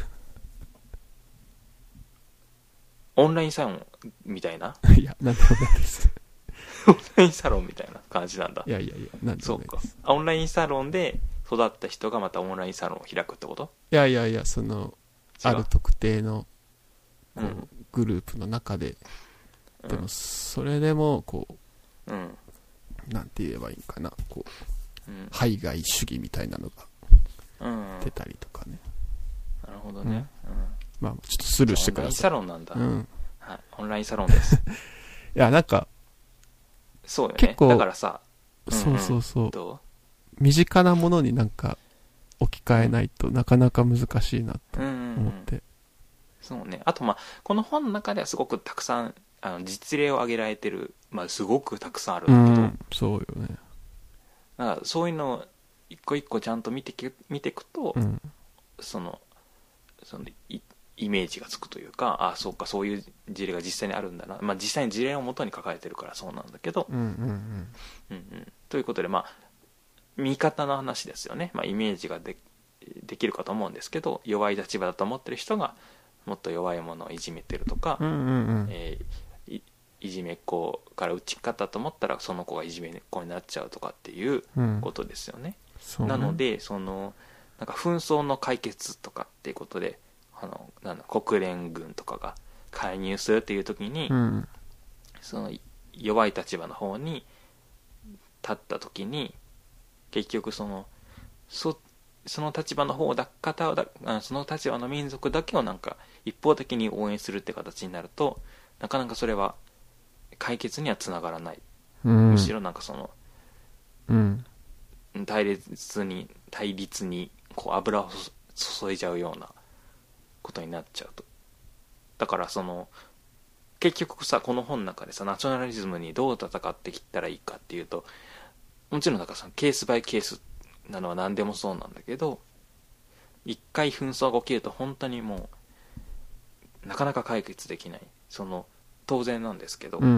オンラインサロンみたいないや、なんでもないですオンラインサロンみたいな感じなんだ。 いやいやいや、なんでもないです。 そうか。オンラインサロンで育った人がまたオンラインサロンを開くってこと？ いやいやいや、そのある特定のこう、うん、グループの中で、でもそれでもこう、うん、なんて言えばいいかな、こう、うん、排外主義みたいなのが出たりとかね。 なるほどね。うん、 まあちょっとスルーしてください。 オンラインサロンなんだ。 うん、 はい、オンラインサロンです。いやなんかそうよね。 結構だからさ、 そうそうそう。 うんうん、どう？ 身近なものになんか置き換えないとなかなか難しいなと思って。うんうんうん、 そうね。あとまあこの本の中ではすごくたくさんあの実例を挙げられてる、まあすごくたくさんあるんだけど、うん、 そうよね。 だからそういうのを一個一個ちゃんと見てき見ていくと、うん、そのそのイイメージがつくというか、ああそうかそういう事例が実際にあるんだな、まあ実際に事例を元に書かれてるからそうなんだけど、 うんうんうんうんうん、ということでまあ見方の話ですよね。まあイメージがでできるかと思うんですけど、弱い立場だと思ってる人がもっと弱いものをいじめてるとか、 うんうんうんえー、い, いじめっ子から打ち勝ったと思ったらその子がいじめっ子になっちゃうとかっていうことですよね。うん、なのでそのなんか紛争の解決とかっていうことであのなんだ国連軍とかが介入するっていう時に、 うん、 その弱い立場の方に立った時に結局その そ, その立場の方だ方だその立場の民族だけをなんか一方的に応援するって形になるとなかなかそれは解決にはつながらない、 うん、 むしろなんかその、 うん、 対立に対立にこう油を注いじゃうようなことになっちゃうと。だからその結局さこの本の中でさナショナリズムにどう戦っていったらいいかっていうと、もちろんなんかそのケースバイケースなのは何でもそうなんだけど、一回紛争が起きると本当にもうなかなか解決できない、その当然なんですけど、 うんうん、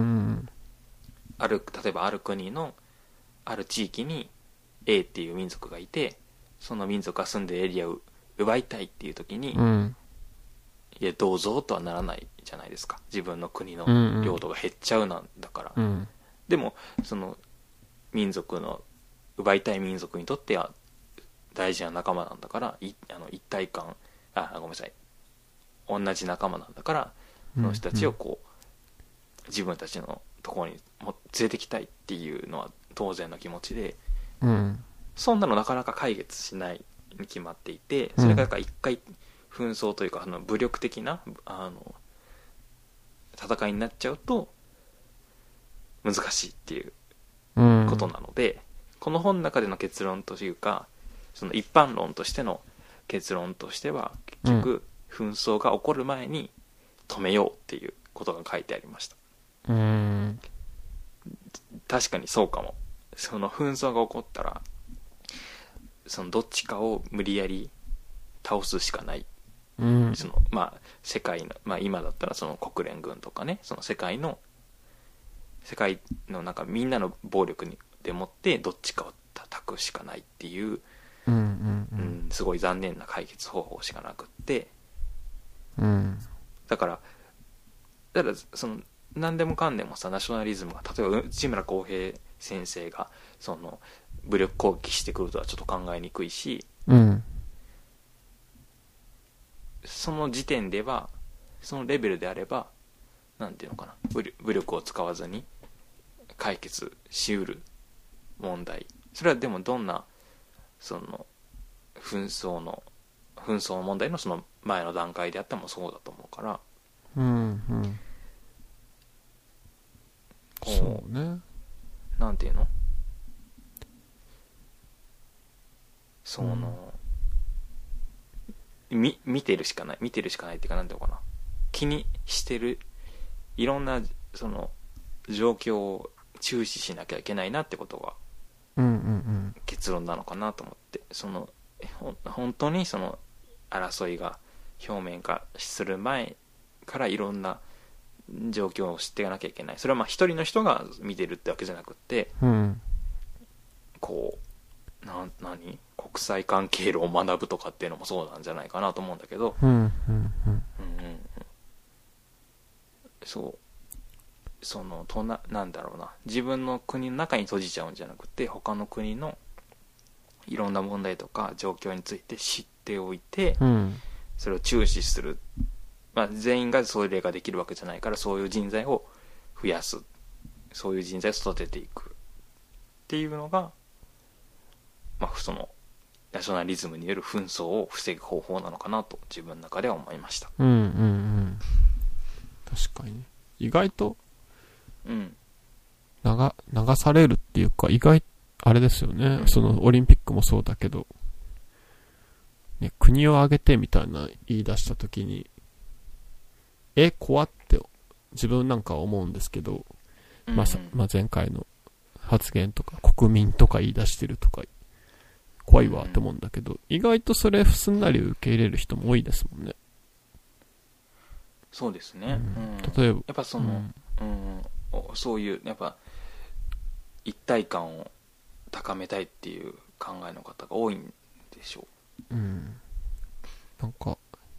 ある例えばある国のある地域に A っていう民族がいて、その民族が住んでるエリアを奪いたいっていう時に、 うん、 いやどうぞとはならないじゃないですか。自分の国の領土が減っちゃうなんだから、 うんうん、 でもその民族の奪いたい民族にとっては大事な仲間なんだから、いあの一体感あごめんなさい同じ仲間なんだから、その人たちをこう、うんうん、自分たちのところにも連れてきたいっていうのは当然の気持ちで、 うん、 そんなのなかなか解決しないに決まっていて、それが一回紛争というかあの武力的なあの戦いになっちゃうと難しいっていうことなので、うん、この本の中での結論というかその一般論としての結論としては結局、うん、紛争が起こる前に止めようっていうことが書いてありました。 うん、 確かにそうかも。その紛争が起こったらそのどっちかを無理やり倒すしかない、 うん、 そのまあ世界の、まあ、今だったらその国連軍とかね、その世界の世界のなんかみんなの暴力にでもってどっちかを叩くしかないっていう、 うんうんうんうん、すごい残念な解決方法しかなくって、 うん、 だからだからその何でもかんでもさナショナリズムが例えば内村航平先生がその武力攻撃してくるとはちょっと考えにくいし、 うん、 その時点ではそのレベルであればなんていうのかな、武力を使わずに解決しうる問題、それはでもどんなその紛争の紛争問題のその前の段階であってもそうだと思うから、 うんうん、そうね、 なんていうのその、うん、み見てるしかない見てるしかないっていうかなんていうのかな、気にしてるいろんなその状況を注視しなきゃいけないなってことが結論なのかなと思って、その本当にその争いが表面化する前からいろんな状況を知っていかなきゃいけない。それはまあ一人の人が見てるってわけじゃなくって、 うん、 こうな何国際関係を学ぶとかっていうのもそうなんじゃないかなと思うんだけど、 うんうんうんうんうん、そうそのとななんだろうな、自分の国の中に閉じちゃうんじゃなくて、他の国のいろんな問題とか状況について知っておいて、 うん、 それを注視する、まあ、全員がそれができるわけじゃないから、そういう人材を増やす、そういう人材を育てていくっていうのが、まあ、そのナショナリズムによる紛争を防ぐ方法なのかなと自分の中では思いました。 うんうんうん、確かにね。意外とうん流、流されるっていうか、意外あれですよね、うん、そのオリンピックもそうだけど、ね、国を挙げてみたいな言い出したときに、え、怖って自分なんかは思うんですけど、うん、まあ、まあ、前回の発言とか国民とか言い出してるとか怖いわって思うんだけど、うん、意外とそれすんなり受け入れる人も多いですもんね。 そうですね、 うんうん、 例えばやっぱその、うんうん、そういうやっぱ一体感を高めたいっていう考えの方が多いんでしょう。うん。なんか、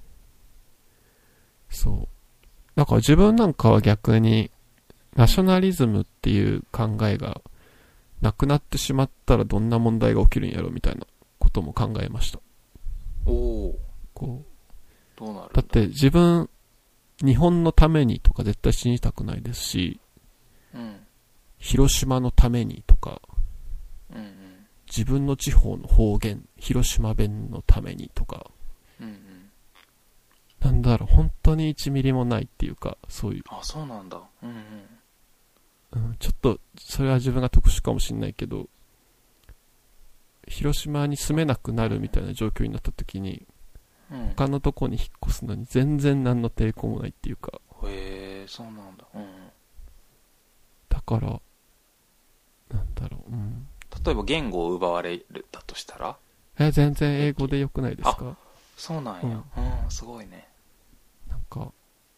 そう。だから自分なんかは逆に、ナショナリズムっていう考えがなくなってしまったらどんな問題が起きるんやろみたいなことも考えました。 おお。 こう。 どうなるんだ。 だって自分、日本のためにとか絶対死にたくないですし、 うん、 広島のためにとか、 うんうん、 自分の地方の方言、広島弁のためにとか、 うんうん、 なんだろう、本当にいちミリもないっていうか、そういう。 あ、そうなんだ。うんうん、うん、ちょっと、それは自分が特殊かもしれないけど、広島に住めなくなるみたいな状況になった時に、うん、他のとこに引っ越すのに全然何の抵抗もないっていうか。 へえ、そうなんだ。うん。 だから、なんだろう、うん。 例えば言語を奪われたとしたら？ え、全然英語でよくないですか？ あ、そうなんや。うん、うん、すごいね。 なんか、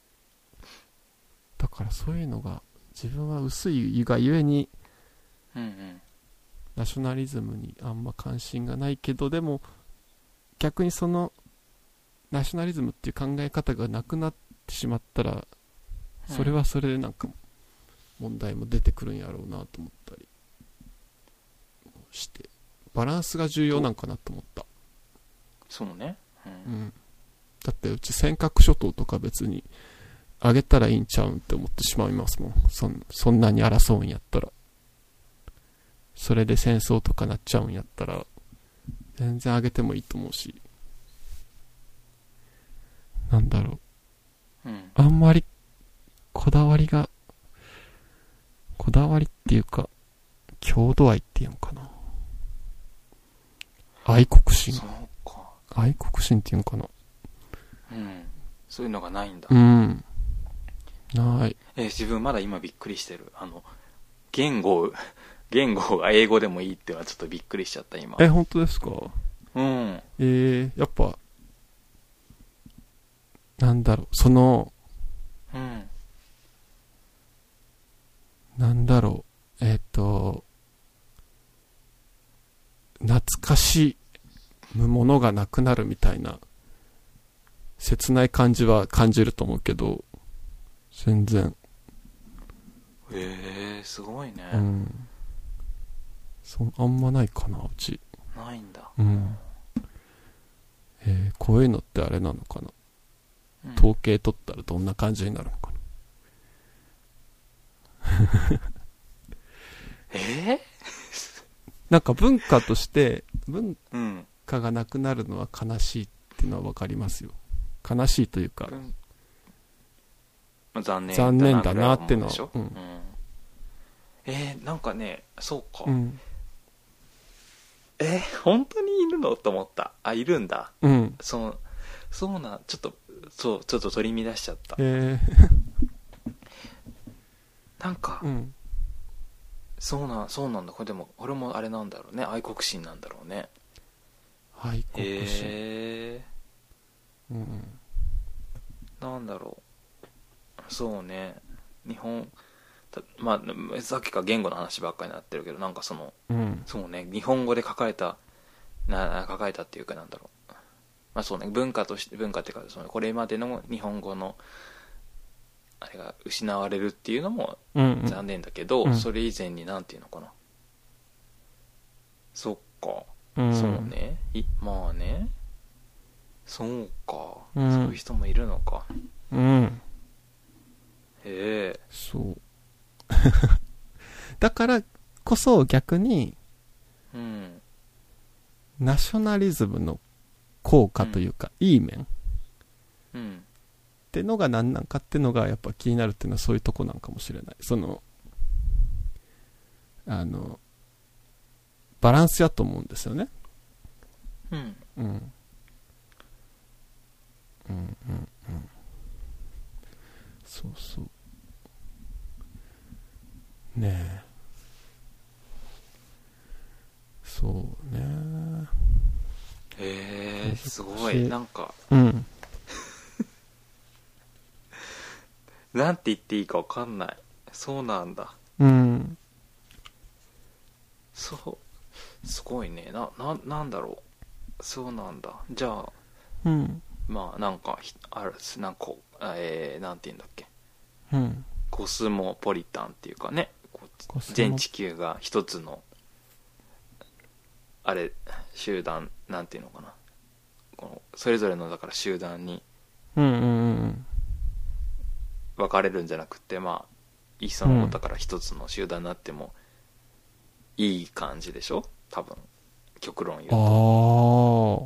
だからそういうのが、自分は薄いがゆえに、 うんうん。 ナショナリズムにあんま関心がないけど、でも、逆にその、ナショナリズムっていう考え方がなくなってしまったら、それはそれでなんか、問題も出てくるんやろうなと思ったりしてバランスが重要なんかなと思った。 そうね、うん、 うん、だってうち尖閣諸島とか別にあげたらいいんちゃうんって思ってしまいますもん。そん、そんなに争うんやったら、それで戦争とかなっちゃうんやったら全然あげてもいいと思うし、なんだろう、うん、あんまりこだわりがこだわりっていうか、郷土愛っていうのかな。愛国心。 そうか。 愛国心っていうのかな。 うん。そういうのがないんだ。 うん。ない。 えー、自分まだ今びっくりしてる。あの、言語、言語が英語でもいいってのはちょっとびっくりしちゃった今。 え、本当ですか？ うん。 えー、やっぱ、なんだろう、その、 うん。 なんだろう、えっと、懐かしむものがなくなるみたいな、切ない感じは感じると思うけど、全然。 へえー、すごいね。 うん。そ、あんまないかな、うち。 ないんだ。 うん。えー、こういうのってあれなのかな。うん、統計取ったらどんな感じになるのかな。 えー、 なんか文化として文化がなくなるのは悲しいっていうのは分かりますよ。悲しいというか、うん、 まあ、残念残念だなってのは、うんうん、 えー、なんかね、そうか、 うん、 えー、本当にいるのと思った。あ、いるんだ。 うん、 そうそうな、ちょっとそうちょっと取り乱しちゃった。 えー、 なんか、 うん、 そうな、そうなんだ。これでも、俺もあれなんだろうね。愛国心なんだろうね。 愛国心。 えー、うん。 なんだろう。そうね。日本、 まあさっきから言語の話ばっかりになってるけど、なんかその、 うん、 そうね、日本語で書かれたな書かれたっていうかなんだろう、まあそうね、文化として文化っていうか、そのこれまでの日本語のあれが失われるっていうのも残念だけど、 うんうん、 それ以前になんていうのかな、そっか、 うん、 そうね、いまあね、そうか、 うん、 そういう人もいるのか。 うん、 へえ、 そうだからこそ逆に、 うん、 ナショナリズムの効果というか、うん、いい面、 うん、 ってのが何なんかってのがやっぱ気になるっていうのはそういうとこなんかもしれない。そのあのバランスやと思うんですよね。 うん、 うん、うんうんうん、そうそうねえ、そうね。 へえ、すごい、なんか、 うん、 なんて言っていいか分かんない。そうなんだ。 うん、 そう、すごいね。な、な、なんだろう。そうなんだ。じゃあ、 うん、 まあなんか、ある、なんか、えー、なんて言うんだっけ。 うん、 コスモポリタンっていうかね、全地球が一つの、あれ、集団、なんていうのかな。このそれぞれのだから集団に分かれるんじゃなくて、まあいっそのことだから一つの集団になってもいい感じでしょ、多分極論言うと。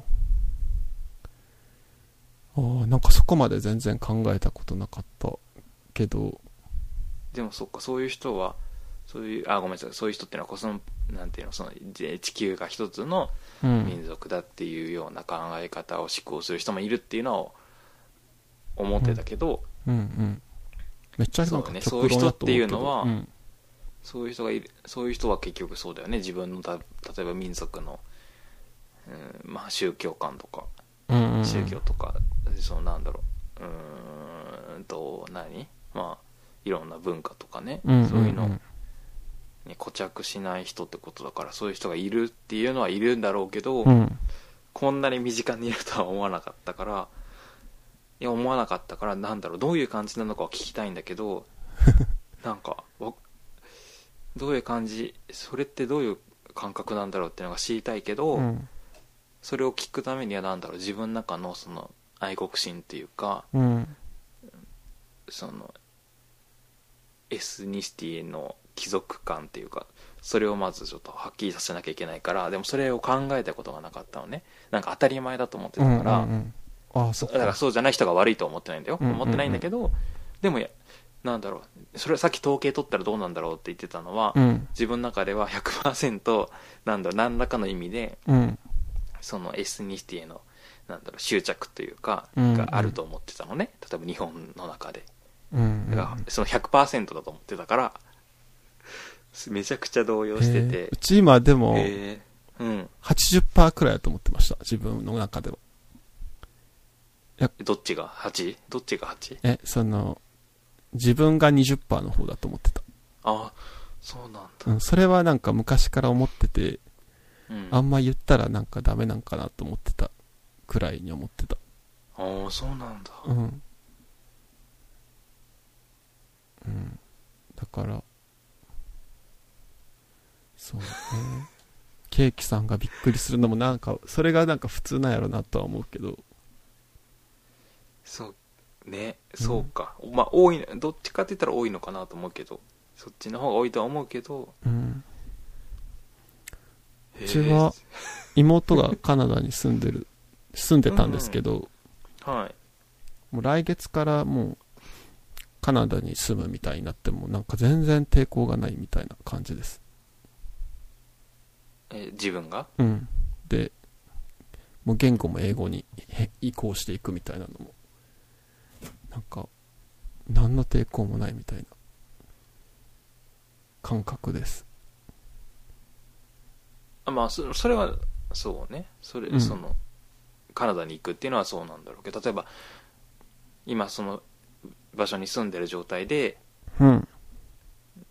ああ、なんかそこまで全然考えたことなかったけど、 でもそっか、そういう人はそういう、あ、ごめんなさい、そういう人っていうのはこそのなんていうの、その地球が一つの民族だっていうような考え方を思考する人もいるっていうのを思ってたけど、 うんうんうん、めっちゃなんかそうね、そういう人っていうのは、 うん、 そういう人がいる、そういう人は結局そうだよね、自分のた例えば民族の、うん、まあ宗教観とか、 うんうんうん、 宗教とか、そのなんだろう、うーんと何、まあいろんな文化とかね、 うんうんうん、 そういうのに固着しない人ってことだから、そういう人がいるっていうのはいるんだろうけど、 うん、 こんなに身近にいるとは思わなかったから、いや思わなかったから、なんだろう、どういう感じなのかは聞きたいんだけどなんかどういう感じ、それってどういう感覚なんだろうっていうのが知りたいけど、うん、それを聞くためにはなんだろう、自分の中のその愛国心っていうか、 うん、 そのエスニシティの貴族感っていうか、それをまずちょっとはっきりさせなきゃいけないから、でもそれを考えたことがなかったのね。なんか当たり前だと思ってたから、うんうんうん、ああ、そっか。だからそうじゃない人が悪いとは思ってないんだよ、うんうんうん、思ってないんだけど、でもやなんだろう、それさっき統計取ったらどうなんだろうって言ってたのは、うん、自分の中では ひゃくパーセント なんだろう、何らかの意味で、うん、そのエスニシティへのなんだろう執着というか、うんうん、があると思ってたのね、例えば日本の中で、うんうん、だからその ひゃくパーセント だと思ってたから、めちゃくちゃ動揺してて、 うち今でも、 えーうん、 はちじゅっパーセント くらいだと思ってました、自分の中では。 どっちが はち？ どっちが はち？ え、その自分が にじゅっパーセント の方だと思ってた。 あ、そうなんだ、 うん、それはなんか昔から思ってて、うん、あんま言ったらなんかダメなんかなと思ってたくらいに思ってた。 ああ、そうなんだ。 うん。うん。だから、そうね。ケーキさんがびっくりするのもなんか、それがなんか普通なんやろなとは思うけど。 そうね、そうか。うん、まあ多い、どっちかって言ったら多いのかなと思うけど、そっちの方が多いとは思うけど。 うん。うちは妹がカナダに住んでる、住んでたんですけど、 うん、はい。 もう来月からもうカナダに住むみたいになってもなんか全然抵抗がないみたいな感じです。 え、自分が？ うん。で、もう言語も英語に移行していくみたいなのも、なんか何の抵抗もないみたいな感覚です。 あ、まあ そ, それはそうね、それ、うん、そのカナダに行くっていうのはそうなんだろうけど、例えば今その場所に住んでる状態で、 うん、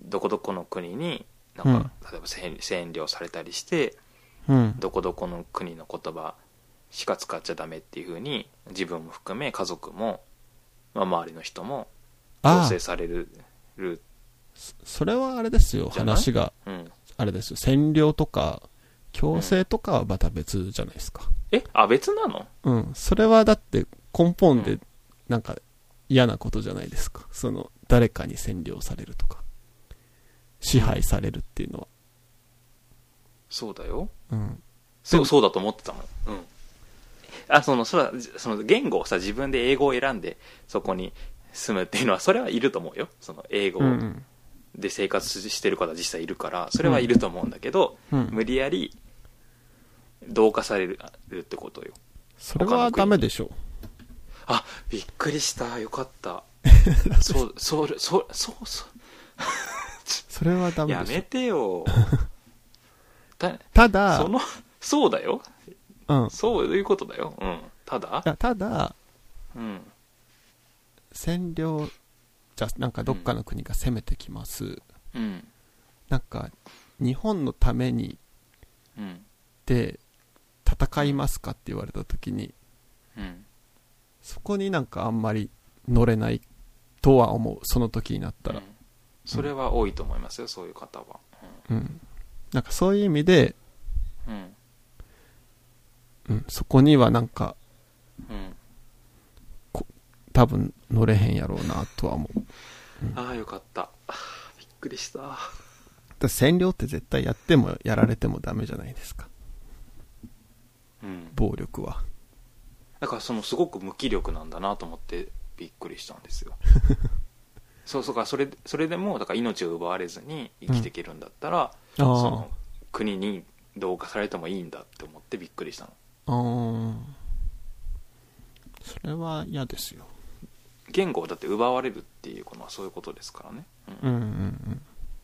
どこどこの国になんか、うん、例えば占領されたりして、 うん、 どこどこの国の言葉しか使っちゃダメっていう風に自分も含め家族も、まあ、周りの人も強制される。 それはあれですよ、話が、うん、あれですよ、占領とか強制とかはまた別じゃないですか。 うん、えあ別なの？ うん、それはだって根本でなんか嫌なことじゃないですか。その誰かに占領されるとか支配されるっていうのは。 そうだよ。 うん。 そうそうだと思ってたもん。うん。あそのそれはその言語をさ自分で英語を選んでそこに住むっていうのはそれはいると思うよ。その英語で生活してる方実際いるからそれはいると思うんだけど、 うん、 無理やり同化されるってことよ。 それはダメでしょ。 あびっくりしたよかった。そうそうそうそうそうそれはダメでしょ。 やめてよ。 た, ただそのそうだよ。 うん。 そういうことだよ。うん。ただいやただ、 うん。 占領じゃなんかどっかの国が攻めてきます。 うん。 なんか日本のためにうんで戦いますかって言われた時に、 うん。 そこになんかあんまり乗れないとは思う。その時になったら。うん、 それは多いと思いますよ、そういう方は。 うん。うん、なんかそういう意味で、 うん。 うん、そこにはなんか、 うん、 多分乗れへんやろうなとは思う。 うん、ああよかった。びっくりした。だ占領って絶対やってもやられてもダメじゃないですか。 うん。 暴力は。 だからそのすごく無気力なんだなと思ってびっくりしたんですよ。そうそうかそれそれでもだから命を奪われずに生きていけるんだったら、うん、その国に同化されてもいいんだって思ってびっくりしたの。 ああ、それは嫌ですよ。 言語をだって奪われるっていうのはそういうことですからね。 うん、うんうんうん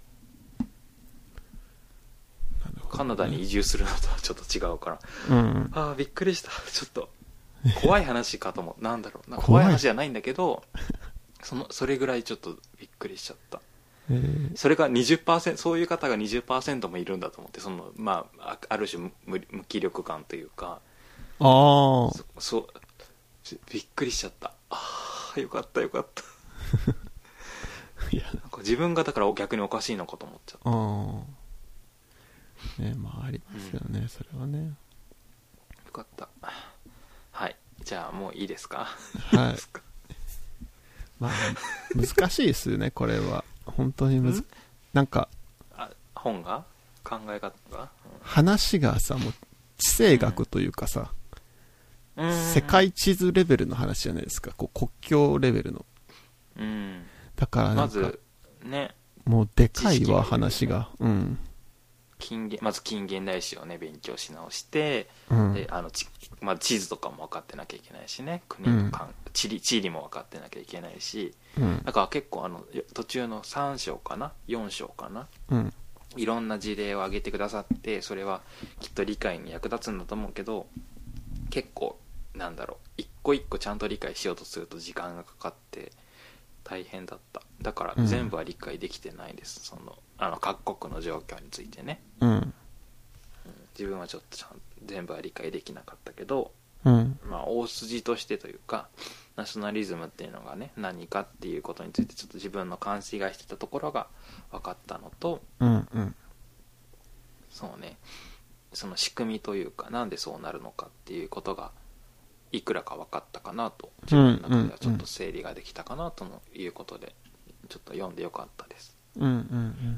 カナダに移住するのとはちょっと違うから、 うん、 ああびっくりした。ちょっと怖い話かと思う。なんだろうな、怖い話じゃないんだけどそのそれぐらいちょっとびっくりしちゃった。 えー、 それが にじゅっパーセント そういう方が にじゅっパーセント もいるんだと思って、そのまあある種 無, 無気力感というか、 ああそそうびっくりしちゃった。ああよかったよかったいやなんか自分がだから逆におかしいのかと思っちゃった。 ああね、まあありますよね、うん、それはね。 よかった。はい、じゃあもういいですか。 はいまあ難しいですよねこれは本当にむずなんかあ本が考え方が、うん、 話がさもう地政学というかさ、うん、世界地図レベルの話じゃないですか。こう国境レベルの、 うん、 だからなんかまずねもうでかいわ話が、うん近現まず近現代史をね勉強し直して、 うん、 であのち、まあ、地図とかも分かってなきゃいけないしね、国のかん、うん、地理地理も分かってなきゃいけないし、 うん、 だから結構あの途中のさん章かなよん章かな、 うん、 いろんな事例を挙げてくださって、それはきっと理解に役立つんだと思うけど、結構なんだろう一個一個ちゃんと理解しようとすると時間がかかって大変だった。だから全部は理解できてないです、うん、そのあの各国の状況についてね、 うんうん、 自分はちょっとちゃん全部は理解できなかったけど、 うん、 まあ大筋としてというかナショナリズムっていうのがね何かっていうことについてちょっと自分の勘違いしてたところが分かったのと、 うんうん、 そうねその仕組みというかなんでそうなるのかっていうことがいくらか分かったかなと、自分の中ではちょっと整理ができたかなということでちょっと読んでよかったです。 うんうんうん、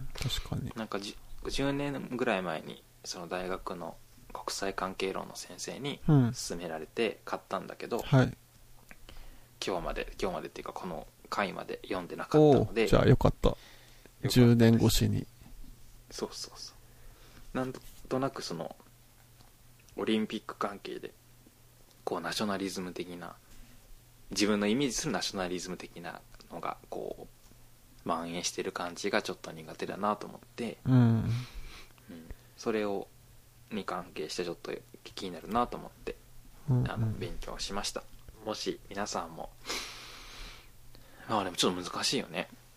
確かになんかじじゅうねんぐらい前にその大学の国際関係論の先生に勧められて買ったんだけど、 うんはい、 今日まで今日までっていうかこの回まで読んでなかったので、 じゃあよかった。じゅうねん越しに。 そうそうそうなんとなくそのオリンピック関係でこうナショナリズム的な自分のイメージするナショナリズム的なのがこう蔓延してる感じがちょっと苦手だなと思って、 うんうん、 それをに関係してちょっと気になるなと思って、 うんうん、 あの勉強しました。もし皆さんもまあでもちょっと難しいよね。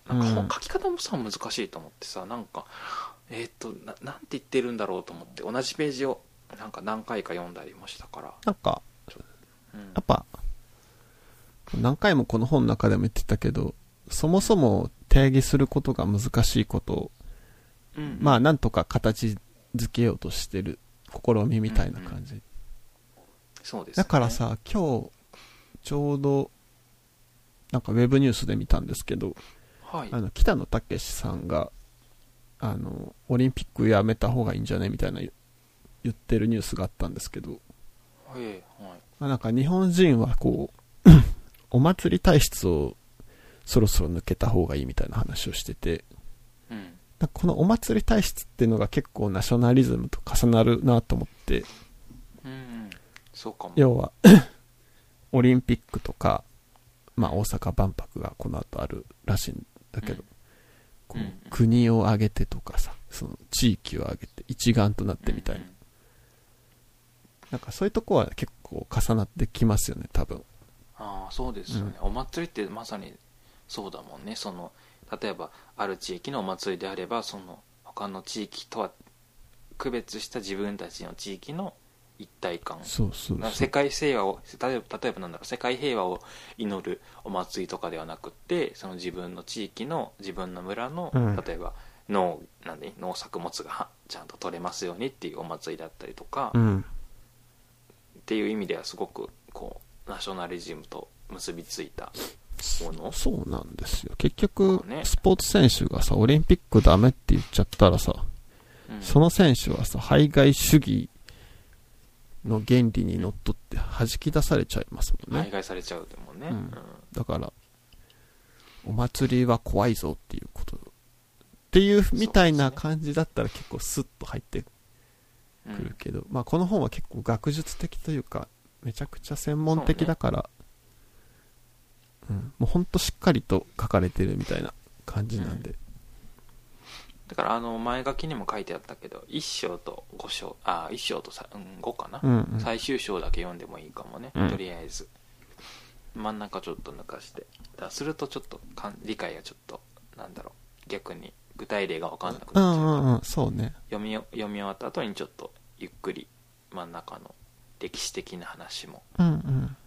なんか書き方もさ難しいと思ってさ、なんかえっと な, なんて言ってるんだろうと思って同じページをなんか何回か読んだりもしたから、 なんか、 うん、 やっぱ何回もこの本の中でも言ってたけど、そもそも定義することが難しいことを、うんうん、まあなんとか形づけようとしてる試みみたいな感じ、うんうん、 そうですね。 だからさ、今日ちょうどなんかウェブニュースで見たんですけど、はい、あの北野武さんがあのオリンピックやめた方がいいんじゃねみたいな言ってるニュースがあったんですけど、 はいはい、 まあ、なんか日本人はこうお祭り体質をそろそろ抜けた方がいいみたいな話をしてて、うん、なんかこのお祭り体質っていうのが結構ナショナリズムと重なるなと思って、 うんうん、そうかも。 要はオリンピックとか、まあ、大阪万博がこの後あるらしいんだけど、うん、こう国を挙げてとかさ、その地域を挙げて一丸となってみたいな、うんうん、なんかそういうとこは結構重なってきますよね多分。 ああそうですよね、うん、お祭りってまさにそうだもんね。その例えばある地域のお祭りであれば、その他の地域とは区別した自分たちの地域の一体感、 そうそうそう、 世界平和を例えば例えばなんだろう世界平和を祈るお祭りとかではなくって、その自分の地域の自分の村の、うん、例えば農なんで農作物がちゃんと取れますようにっていうお祭りだったりとか、うん、っていう意味ではすごくこうナショナリズムと結びついたもの。 そうなんですよ。結局、ね、スポーツ選手がさオリンピックダメって言っちゃったらさ、うん、その選手はさ排外主義の原理にのっとって弾き出されちゃいますもんね。 排外されちゃうでもね、うんうん、 だからお祭りは怖いぞっていうことっていうみたいな感じだったら結構スッと入ってくるけど、うん、まあこの本は結構学術的というかめちゃくちゃ専門的だから、う、ね、うん、もうほんとしっかりと書かれてるみたいな感じなんで、うん、 だからあの前書きにも書いてあったけどいっ章とご章、あいっ章とさ、うん、ごかな、うんうん、最終章だけ読んでもいいかもね、うん、とりあえず真ん中ちょっと抜かして、だからするとちょっとかん理解がちょっとなんだろう逆に具体例が分かんなくなっちゃうから、うんうんうん、 そうね、 読み読み終わった後にちょっとゆっくり真ん中の歴史的な話も読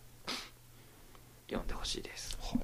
んでほしいです、 うんうん、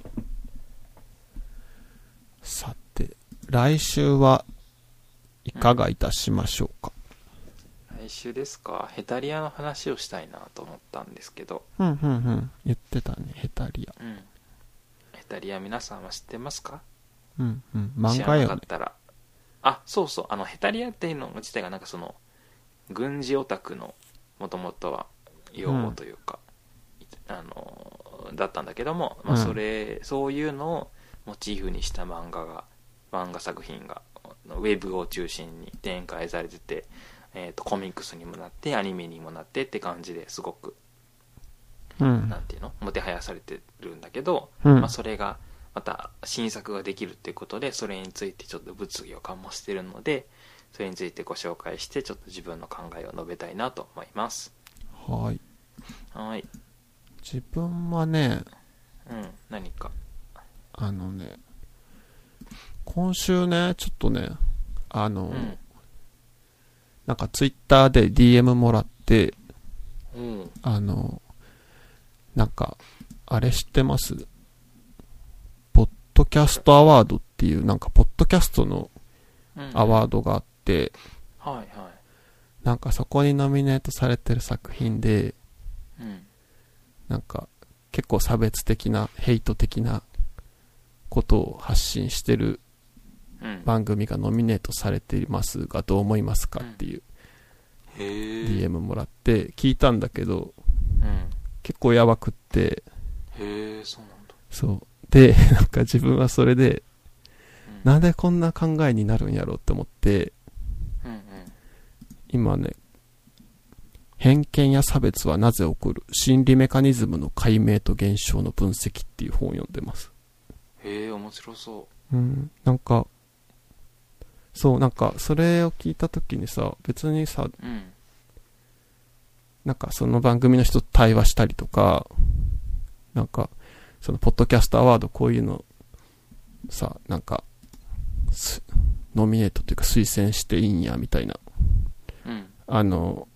さて来週はいかがいたしましょうか。 うん、来週ですか。ヘタリアの話をしたいなと思ったんですけど。 うんうんうん。言ってたね、ヘタリア。 うん。ヘタリア皆さんは知ってますか？ うんうん。漫画よね。知らなかったら。あ、そうそう。あの、ヘタリアっていうの自体がなんかその、軍事オタクのもともとは用語というか、うん、あの、だったんだけども、まあそれ、うん、そういうのをモチーフにした漫画が、漫画作品が、ウェブを中心に展開されてて、えーと、コミックスにもなってアニメにもなってって感じですごく、うん、なんていうのもてはやされてるんだけど、うんまあ、それがまた新作ができるっていうことでそれについてちょっと物議を醸してるので、それについてご紹介してちょっと自分の考えを述べたいなと思います。 はいはい。 自分はね、 うん何かあのね今週ね、ちょっとね、あの、うん、なんかツイッターで ディーエム もらって、うん、あの、なんか、あれ知ってます？ポッドキャストアワードっていう、なんか、ポッドキャストのアワードがあって、 うんうん、はいはい。 なんかそこにノミネートされてる作品で、うん、なんか、結構差別的な、ヘイト的なことを発信してる番組がノミネートされていますがどう思いますかっていう ディーエム もらって聞いたんだけど、うん、結構やばくって、 へー、そうなんだ。 そうでなんか自分はそれで、うん、なんでこんな考えになるんやろうって思って、うんうん、今ね偏見や差別はなぜ起こる心理メカニズムの解明と現象の分析っていう本を読んでます。 へー、面白そう。うん、なんかそうなんかそれを聞いた時にさ、別にさ、うん、なんかその番組の人と対話したりとか、なんかそのポッドキャストアワードこういうのさ、なんか、ノミネートというか推薦していいんや、みたいな。 うん。 あの、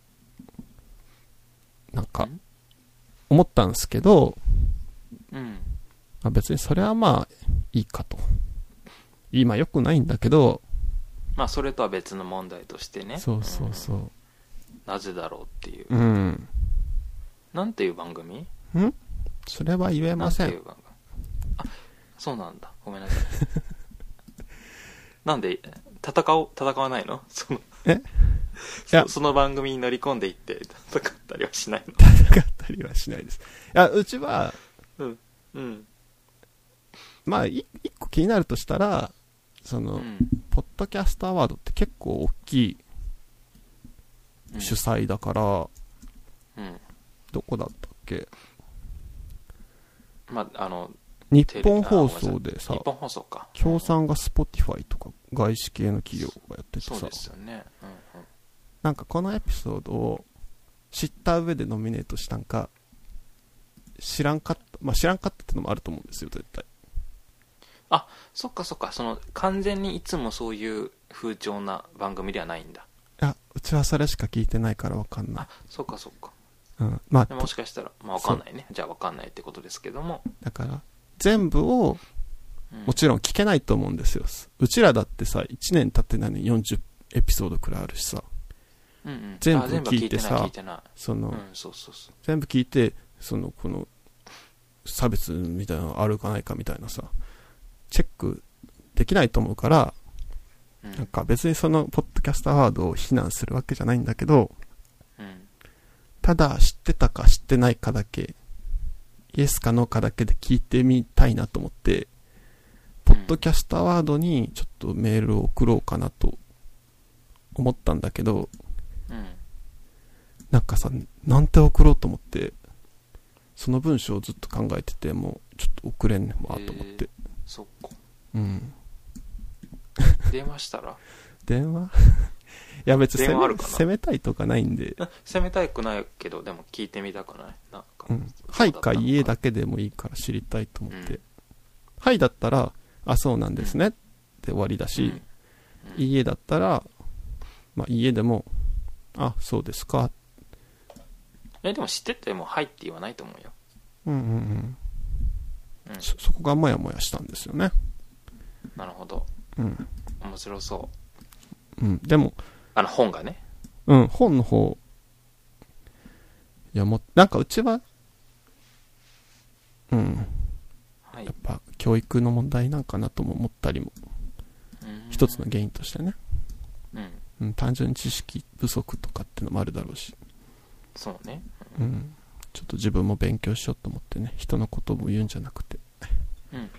なんか、思ったんですけど、 うん。 まあ、別にそれはまあ、いいかと。今良くないんだけど、 まあそれとは別の問題としてね。 そうそうそう。うん、 なぜだろうっていう。 うん。 なんていう番組？ ん？それは言えません。 なんていう番組？あ、そうなんだ。ごめんなさい。なんで、戦おう、戦わないの？その、 え？ そ, その番組に乗り込んでいって戦ったりはしないの？ 戦ったりはしないです。いや、うちは、 うん。うん。 まあ、一個気になるとしたら、その、うん、ポッドキャストアワードって結構大きい主催だから、 うん、 どこだったっけ？ まあ、あの、 日本放送でさ、 日本放送か。 協賛が Spotify とか外資系の企業がやっててさ、 そうですよね。うんうん、 なんかこのエピソードを知った上でノミネートしたんか、知らんかった、まあ知らんかったってのもあると思うんですよ、絶対。 あ、そっかそっか、その完全にいつもそういう風潮な番組ではないんだ。 いや、うちはそれしか聞いてないから分かんない。 あ、そっかそっか。 うん、まあ、 もしかしたら、まあ分かんないね。じゃあ分かんないってことですけども。 だから、全部を、もちろん聞けないと思うんですよ。うん、うちらだってさ、いちねん経ってないのによんじゅうエピソードくらいあるしさ。 うんうん、 全部聞いてさ、その、全部聞いて、その、この、差別みたいなのあるかないかみたいなさ、チェックできないと思うから、うん、なんか別にそのポッドキャストアワードを非難するわけじゃないんだけど、 うん、 ただ知ってたか知ってないかだけ、イエスかノーかだけで聞いてみたいなと思って、ポッドキャストアワードにちょっとメールを送ろうかなと思ったんだけど、 うん、 なんかさ、なんて送ろうと思って、その文章をずっと考えてて、もうちょっと送れんねんわと思って。 えー、そっか。 うん。 電話したら電話いや別に攻め、攻めたいとかないんで。 攻めたくないけど、でも聞いてみたくない？なんか。 うん。はいか家だけでもいいから知りたいと思って。うん、はいだったら、あ、そうなんですね、うん、って終わりだし、うんうん、家だったら、まあ家でも、あ、そうですか。 え、でも知っててもはいって言わないと思うよ。 うんうんうん。うん、そ, そこがモヤモヤしたんですよね。 なるほど。 うん。 面白そう。 うん。でも、 あの本がね。 うん、本の方、いやも、なんかうちは、うん。はい、やっぱ教育の問題なんかなとも思ったりも、一つの原因としてね。 うん。 うん、単純に知識不足とかってのもあるだろうし。 そうね。 うん。うん、ちょっと自分も勉強しようと思ってね、人のことも言うんじゃなくて。 うん。うん、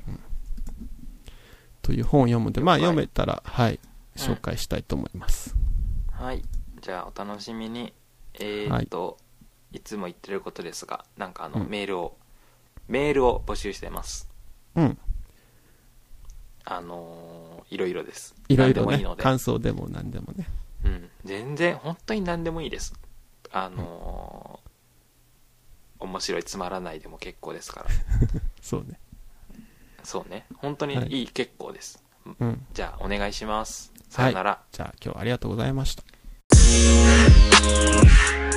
という本を読むので、まあ読めたら、はい、紹介したいと思います。 うん、はい。じゃあお楽しみに。えーっと、はい、いつも言ってることですが、なんかあの、うん、メールを、メールを募集しています。 うん。 あのー、いろいろです。 いろいろね、感想でも何でもね。 うん。全然、本当に何でもいいです。あのーうん、面白いつまらないでも結構ですからそうねそうね本当にいい、はい、結構です、 うん、 じゃあお願いします。さよなら、はい、 じゃあ今日はありがとうございました。